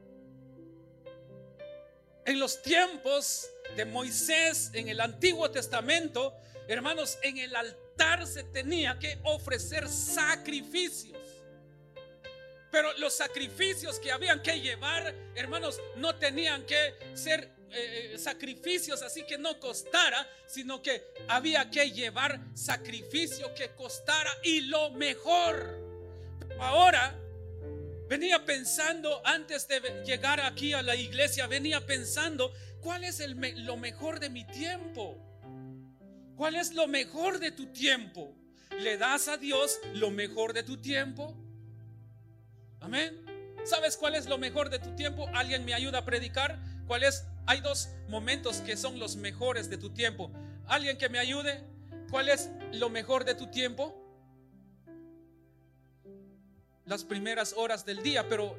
En los tiempos de Moisés, en el Antiguo Testamento, hermanos, en el altar se tenía que ofrecer sacrificios. Pero los sacrificios que habían que llevar, hermanos, no tenían que ser sacrificios así que no costara, sino que había que llevar sacrificio que costara, y lo mejor. Ahora venía pensando, antes de llegar aquí a la iglesia, venía pensando: ¿cuál es lo mejor de mi tiempo? ¿Cuál es lo mejor de tu tiempo? ¿Le das a Dios lo mejor de tu tiempo? Amén. ¿Sabes cuál es lo mejor de tu tiempo? ¿Alguien me ayuda a predicar? ¿Cuál es? Hay dos momentos que son los mejores de tu tiempo. ¿Alguien que me ayude? ¿Cuál es lo mejor de tu tiempo? Las primeras horas del día, pero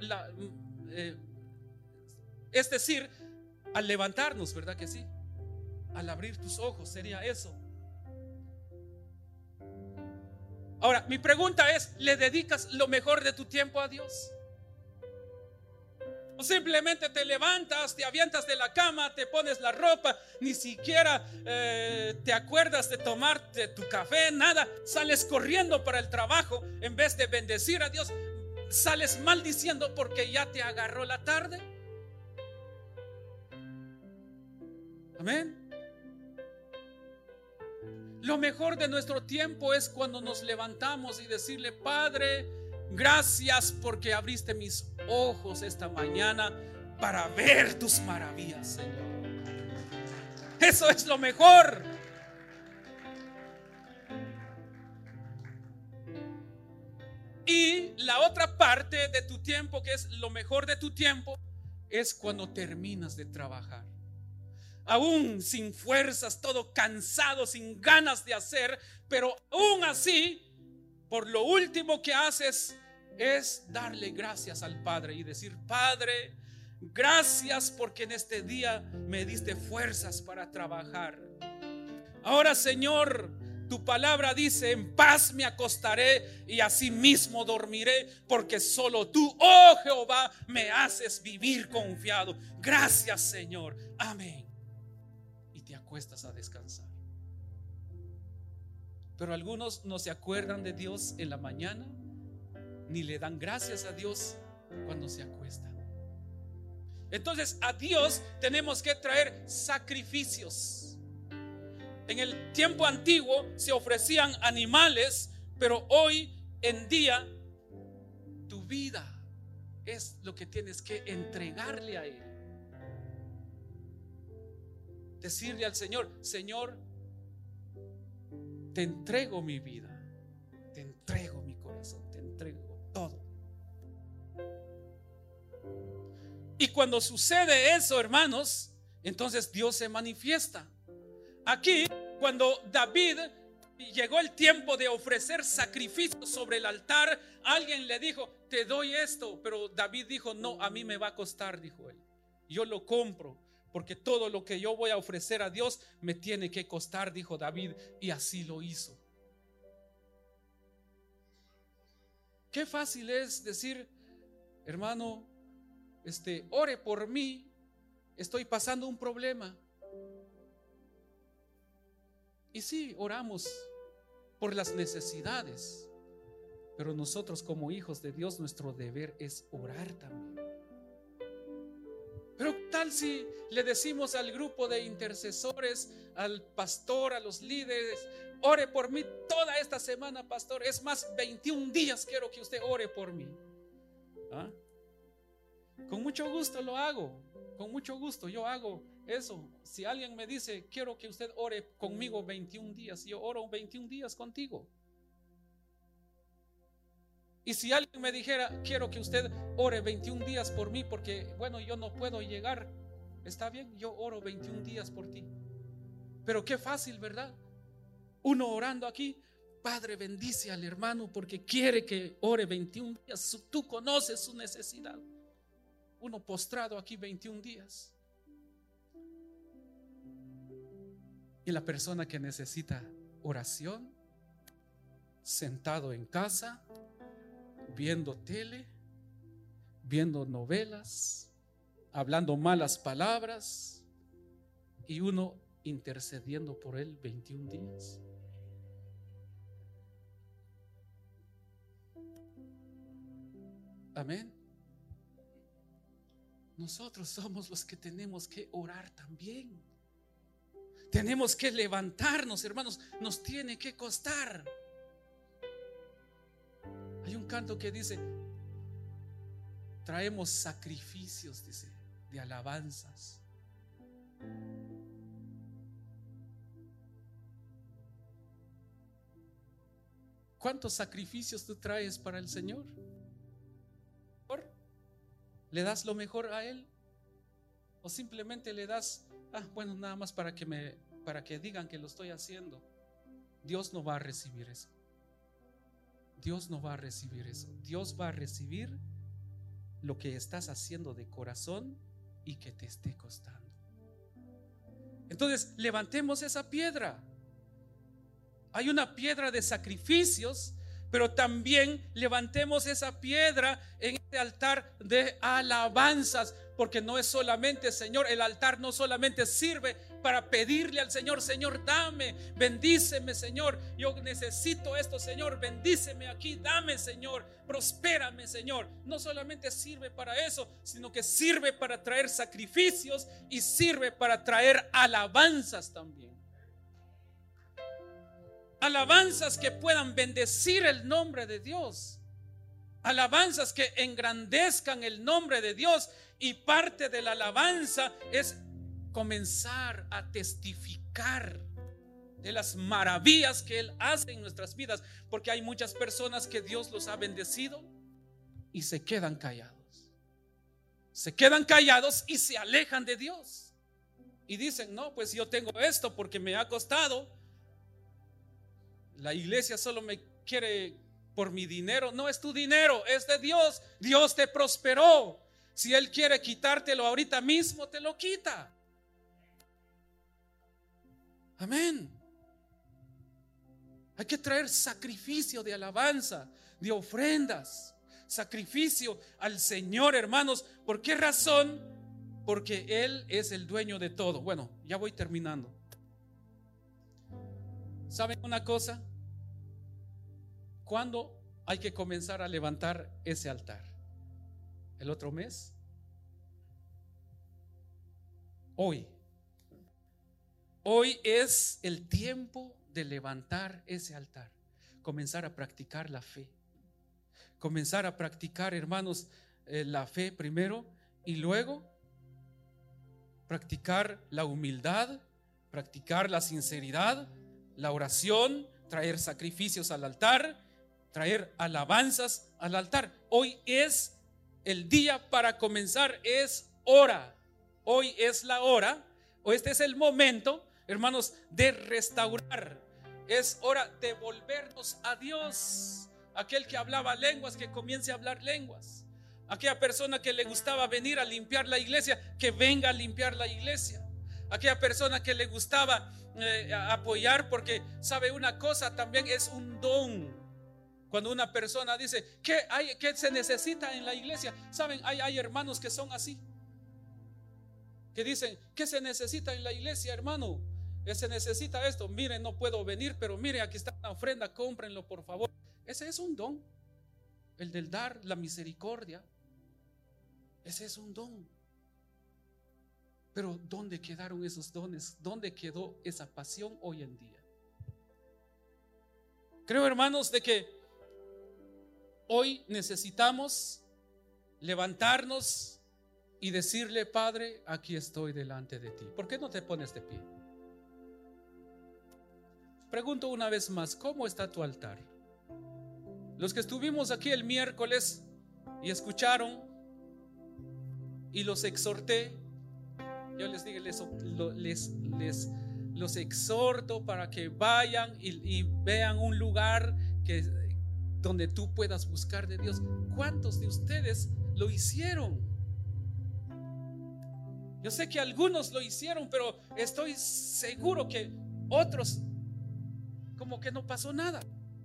es decir, al levantarnos, ¿verdad que sí? Al abrir tus ojos sería eso. Ahora, mi pregunta es: ¿le dedicas lo mejor de tu tiempo a Dios? O simplemente te levantas, te avientas de la cama, te pones la ropa, ni siquiera te acuerdas de tomarte tu café, nada, sales corriendo para el trabajo. En vez de bendecir a Dios, sales maldiciendo porque ya te agarró la tarde. Amén. Lo mejor de nuestro tiempo es cuando nos levantamos y decirle: Padre, gracias porque abriste mis ojos esta mañana para ver tus maravillas, Señor. Eso es lo mejor. Y la otra parte de tu tiempo, que es lo mejor de tu tiempo, es cuando terminas de trabajar. Aún sin fuerzas, todo cansado, sin ganas de hacer, pero aún así, por lo último que haces es darle gracias al Padre y decir: Padre, gracias porque en este día me diste fuerzas para trabajar. Ahora, Señor, tu palabra dice: en paz me acostaré y así mismo dormiré, porque solo tú, oh Jehová, me haces vivir confiado. Gracias, Señor. Amén. Y te acuestas a descansar. Pero algunos no se acuerdan de Dios en la mañana, ni le dan gracias a Dios cuando se acuestan. Entonces, a Dios tenemos que traer sacrificios. En el tiempo antiguo se ofrecían animales, pero hoy en día tu vida es lo que tienes que entregarle a Él. Decirle al Señor: Señor, te entrego mi vida, te entrego mi corazón, te entrego todo. Y cuando sucede eso, hermanos, entonces Dios se manifiesta. Aquí, cuando David llegó el tiempo de ofrecer sacrificios sobre el altar, alguien le dijo: te doy esto, pero David dijo: no, a mí me va a costar, dijo él. Yo lo compro, porque todo lo que yo voy a ofrecer a Dios me tiene que costar, dijo David, y así lo hizo. Qué fácil es decir: hermano, ore por mí, estoy pasando un problema. Y sí, oramos por las necesidades, pero nosotros como hijos de Dios, nuestro deber es orar también. Pero tal si le decimos al grupo de intercesores, al pastor, a los líderes: ore por mí toda esta semana, pastor. Es más, 21 días quiero que usted ore por mí. ¿Ah? Con mucho gusto lo hago, con mucho gusto yo hago eso. Si alguien me dice: quiero que usted ore conmigo 21 días, yo oro 21 días contigo. Y si alguien me dijera: quiero que usted ore 21 días por mí porque, bueno, yo no puedo llegar, está bien, yo oro 21 días por ti. Pero qué fácil, ¿verdad? Uno orando aquí: Padre, bendice al hermano porque quiere que ore 21 días. Tú conoces su necesidad. Uno postrado aquí 21 días. Y la persona que necesita oración, sentado en casa, viendo tele, viendo novelas, hablando malas palabras, y uno intercediendo por él 21 días. Amén. Nosotros somos los que tenemos que orar también. Tenemos que levantarnos, hermanos. Nos tiene que costar. Hay un canto que dice: traemos sacrificios, dice, de alabanzas. ¿Cuántos sacrificios tú traes para el Señor? ¿Le das lo mejor a Él? ¿O simplemente le das, bueno, nada más para que digan que lo estoy haciendo? Dios no va a recibir eso. Dios no va a recibir eso. Dios va a recibir lo que estás haciendo de corazón y que te esté costando. Entonces, levantemos esa piedra. Hay una piedra de sacrificios, pero también levantemos esa piedra en este altar de alabanzas, porque no es solamente, Señor, el altar no solamente sirve para pedirle al Señor: Señor, dame, bendíceme, Señor, yo necesito esto, Señor, bendíceme aquí, dame, Señor, prospérame, Señor. No solamente sirve para eso, sino que sirve para traer sacrificios y sirve para traer alabanzas también. Alabanzas que puedan bendecir el nombre de Dios. Alabanzas que engrandezcan el nombre de Dios. Y parte de la alabanza es comenzar a testificar de las maravillas que Él hace en nuestras vidas, porque hay muchas personas que Dios los ha bendecido y se quedan callados. Se quedan callados y se alejan de Dios. Y dicen, no, pues yo tengo esto porque me ha costado. La iglesia solo me quiere por mi dinero. No es tu dinero, es de Dios. Dios te prosperó. Si Él quiere quitártelo ahorita mismo, te lo quita. Amén. Hay que traer sacrificio de alabanza, de ofrendas, sacrificio al Señor, hermanos. ¿Por qué razón? Porque Él es el dueño de todo. Bueno, ya voy terminando. ¿Saben una cosa? ¿Cuándo hay que comenzar a levantar ese altar? ¿El otro mes? Hoy. Hoy es el tiempo de levantar ese altar, comenzar a practicar la fe, comenzar a practicar, hermanos, la fe primero y luego practicar la humildad, practicar la sinceridad, la oración, traer sacrificios al altar, traer alabanzas al altar. Hoy es el día para comenzar, es hora. Hoy es la hora, o este es el momento, hermanos, de restaurar. Es hora de volvernos a Dios. Aquel que hablaba lenguas, que comience a hablar lenguas. Aquella persona que le gustaba venir a limpiar la iglesia, que venga a limpiar la iglesia. Aquella persona que le gustaba apoyar, porque sabe una cosa, también es un don. Cuando una persona dice, ¿qué se necesita en la iglesia? Saben, hay hermanos que son así, que dicen, ¿qué se necesita en la iglesia, hermano? Se necesita esto. Miren, no puedo venir, pero mire, aquí está una ofrenda, cómprenlo por favor. Ese es un don, el del dar, la misericordia. Ese es un don. Pero ¿dónde quedaron esos dones? ¿Dónde quedó esa pasión hoy en día? Creo, hermanos, de que hoy necesitamos levantarnos y decirle, Padre, aquí estoy delante de ti. ¿Por qué no te pones de pie? Pregunto una vez más, ¿cómo está tu altar? Los que estuvimos aquí el miércoles y escucharon y los exhorté, yo les dije, los exhorto para que vayan y vean un lugar donde tú puedas buscar de Dios. ¿Cuántos de ustedes lo hicieron? Yo sé que algunos lo hicieron, pero estoy seguro que otros como que no pasó nada.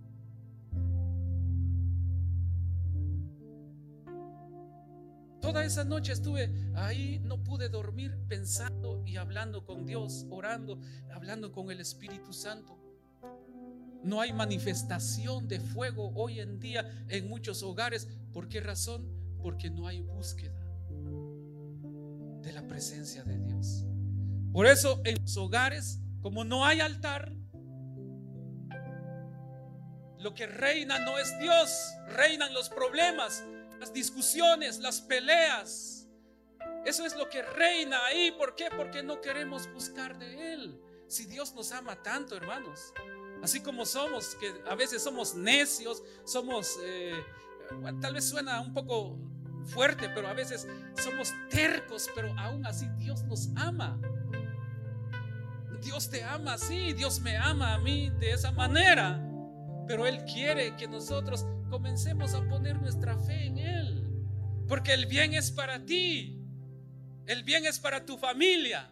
Toda esa noche estuve ahí, no pude dormir pensando y hablando con Dios, orando, hablando con el Espíritu Santo. No hay manifestación de fuego hoy en día en muchos hogares. ¿Por qué razón? Porque no hay búsqueda de la presencia de Dios. Por eso en los hogares, como no hay altar, lo que reina no es Dios, reinan los problemas, las discusiones, las peleas. Eso es lo que reina ahí. ¿Por qué? Porque no queremos buscar de Él. Si Dios nos ama tanto, hermanos, así como somos, que a veces somos necios, somos, tal vez suena un poco fuerte, pero a veces somos tercos, pero aún así Dios nos ama. Dios te ama así, Dios me ama a mí de esa manera. Pero Él quiere que nosotros comencemos a poner nuestra fe en Él, porque el bien es para ti, el bien es para tu familia.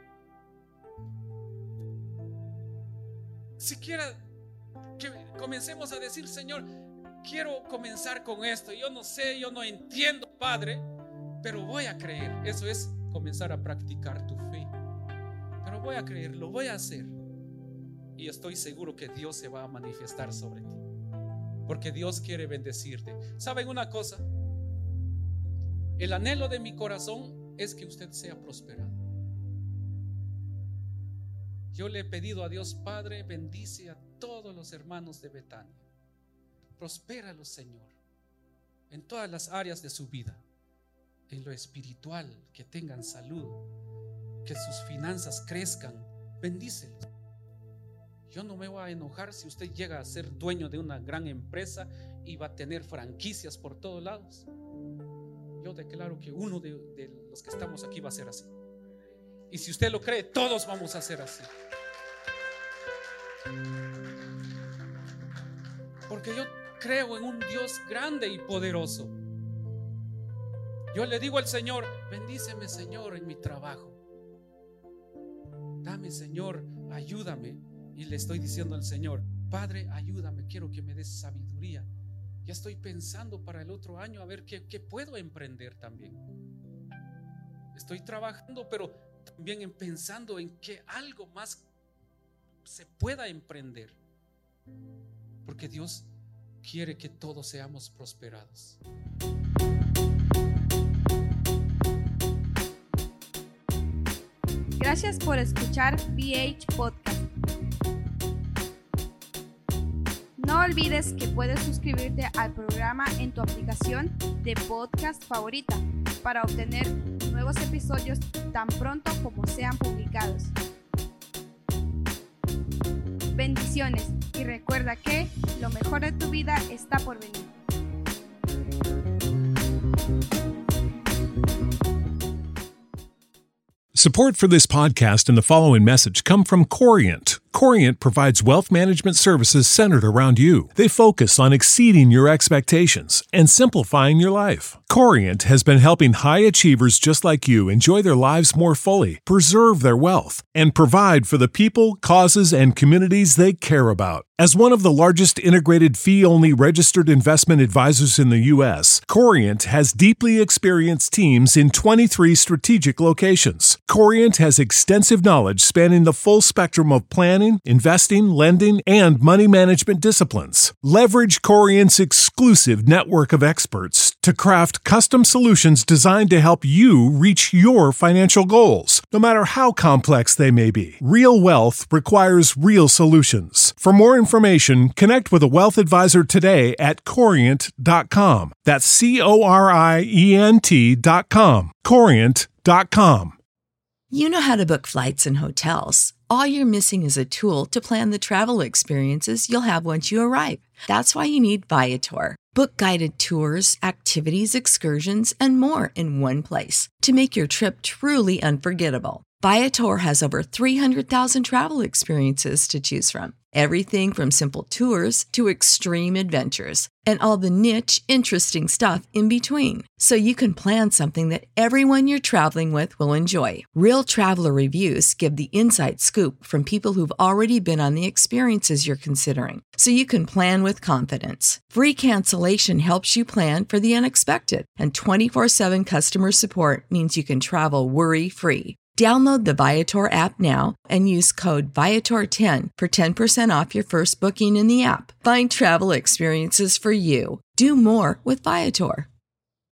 Siquiera que comencemos a decir, Señor, quiero comenzar con esto. Yo no sé, yo no entiendo, Padre, pero voy a creer. Eso es comenzar a practicar tu fe. Pero voy a creer, lo voy a hacer. Y estoy seguro que Dios se va a manifestar sobre ti, porque Dios quiere bendecirte. ¿Saben una cosa? El anhelo de mi corazón es que usted sea prosperado. Yo le he pedido a Dios, Padre, bendice a todos los hermanos de Betania. Prospéralos, Señor, en todas las áreas de su vida. En lo espiritual, que tengan salud. que sus finanzas crezcan, bendícelos. Yo no me voy a enojar si usted llega a ser dueño de una gran empresa y va a tener franquicias por todos lados. Yo declaro que uno de los que estamos aquí va a ser así. Y si usted lo cree, todos vamos a ser así. Porque yo creo en un Dios grande y poderoso. Yo le digo al Señor: bendíceme, Señor, en mi trabajo. Dame, Señor, ayúdame. Y le estoy diciendo al Señor: Padre, ayúdame, quiero que me des sabiduría. Ya estoy pensando para el otro año a ver qué puedo emprender también. Estoy trabajando, pero también pensando en que algo más se pueda emprender. Porque Dios quiere que todos seamos prosperados. Gracias por escuchar VH Podcast. No olvides que puedes suscribirte al programa en tu aplicación de podcast favorita para obtener nuevos episodios tan pronto como sean publicados. Bendiciones y recuerda que lo mejor de tu vida está por venir. Support for this podcast and the following message come from Corient. Corient provides wealth management services centered around you. They focus on exceeding your expectations and simplifying your life. Corient has been helping high achievers just like you enjoy their lives more fully, preserve their wealth, and provide for the people, causes, and communities they care about. As one of the largest integrated fee-only registered investment advisors in the U.S., Corient has deeply experienced teams in 23 strategic locations. Corient has extensive knowledge spanning the full spectrum of planning, investing, lending, and money management disciplines. Leverage Corient's exclusive network of experts to craft custom solutions designed to help you reach your financial goals, no matter how complex they may be. Real wealth requires real solutions. For more information, connect with a wealth advisor today at Corient.com. That's Corient.com. Corient.com. You know how to book flights and hotels. All you're missing is a tool to plan the travel experiences you'll have once you arrive. That's why you need Viator. Book guided tours, activities, excursions, and more in one place to make your trip truly unforgettable. Viator has over 300,000 travel experiences to choose from. Everything from simple tours to extreme adventures and all the niche, interesting stuff in between. So you can plan something that everyone you're traveling with will enjoy. Real traveler reviews give the inside scoop from people who've already been on the experiences you're considering. So you can plan with confidence. Free cancellation helps you plan for the unexpected. And 24/7 customer support means you can travel worry-free. Download the Viator app now and use code Viator10 for 10% off your first booking in the app. Find travel experiences for you. Do more with Viator.